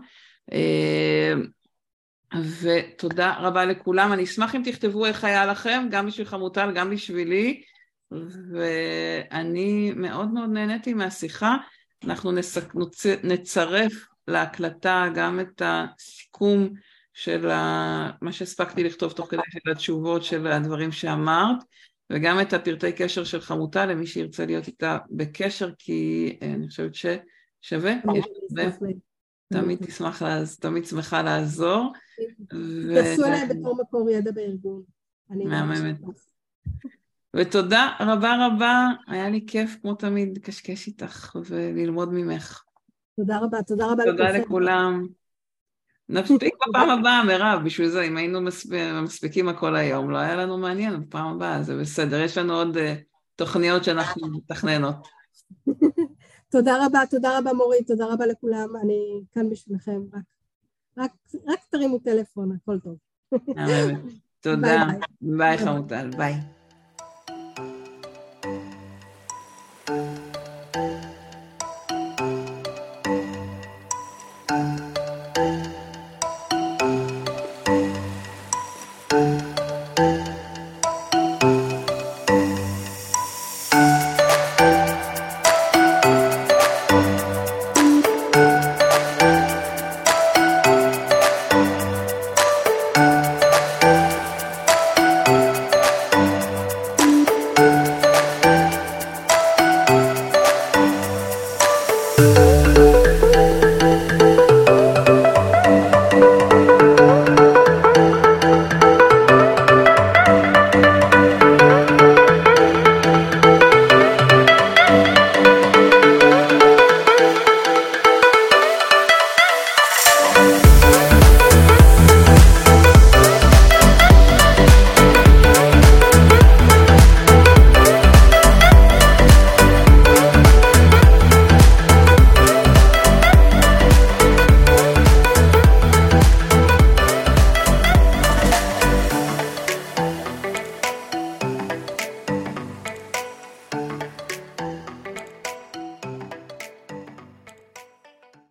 ותודה רבה לכולם. אני אשמח אם תכתבו איך היה לכם, גם בשביל חמוטל, גם בשבילי, ואני מאוד מאוד נהניתי מהשיחה. אנחנו נצרף להקלטה גם את הסיכום של מה שהספקתי לכתוב תוך כדי של התשובות של הדברים שאמרת, וגם את הפרטי קשר של חמוטל למי שירצה להיות איתה בקשר, כי אני חושבת ששווה, תמיד שמחה לעזור. תעשו עליי בתור מקור ידע בארגון. מהממת. ותודה רבה, היה לי כיף כמו תמיד קשקש איתך וללמוד ממך. תודה רבה. תודה לכולם. נספיק בפעם הבאה, מירב, בשביל זה, אם היינו מספיקים הכל היום, לא היה לנו מעניין, בפעם הבאה, זה בסדר, יש לנו עוד תוכניות שאנחנו מתכננות. תודה רבה מורית, תודה רבה לכולם, אני כאן בשבילכם, רק תרימו טלפון, הכל טוב. תודה, ביי חמוטל, ביי.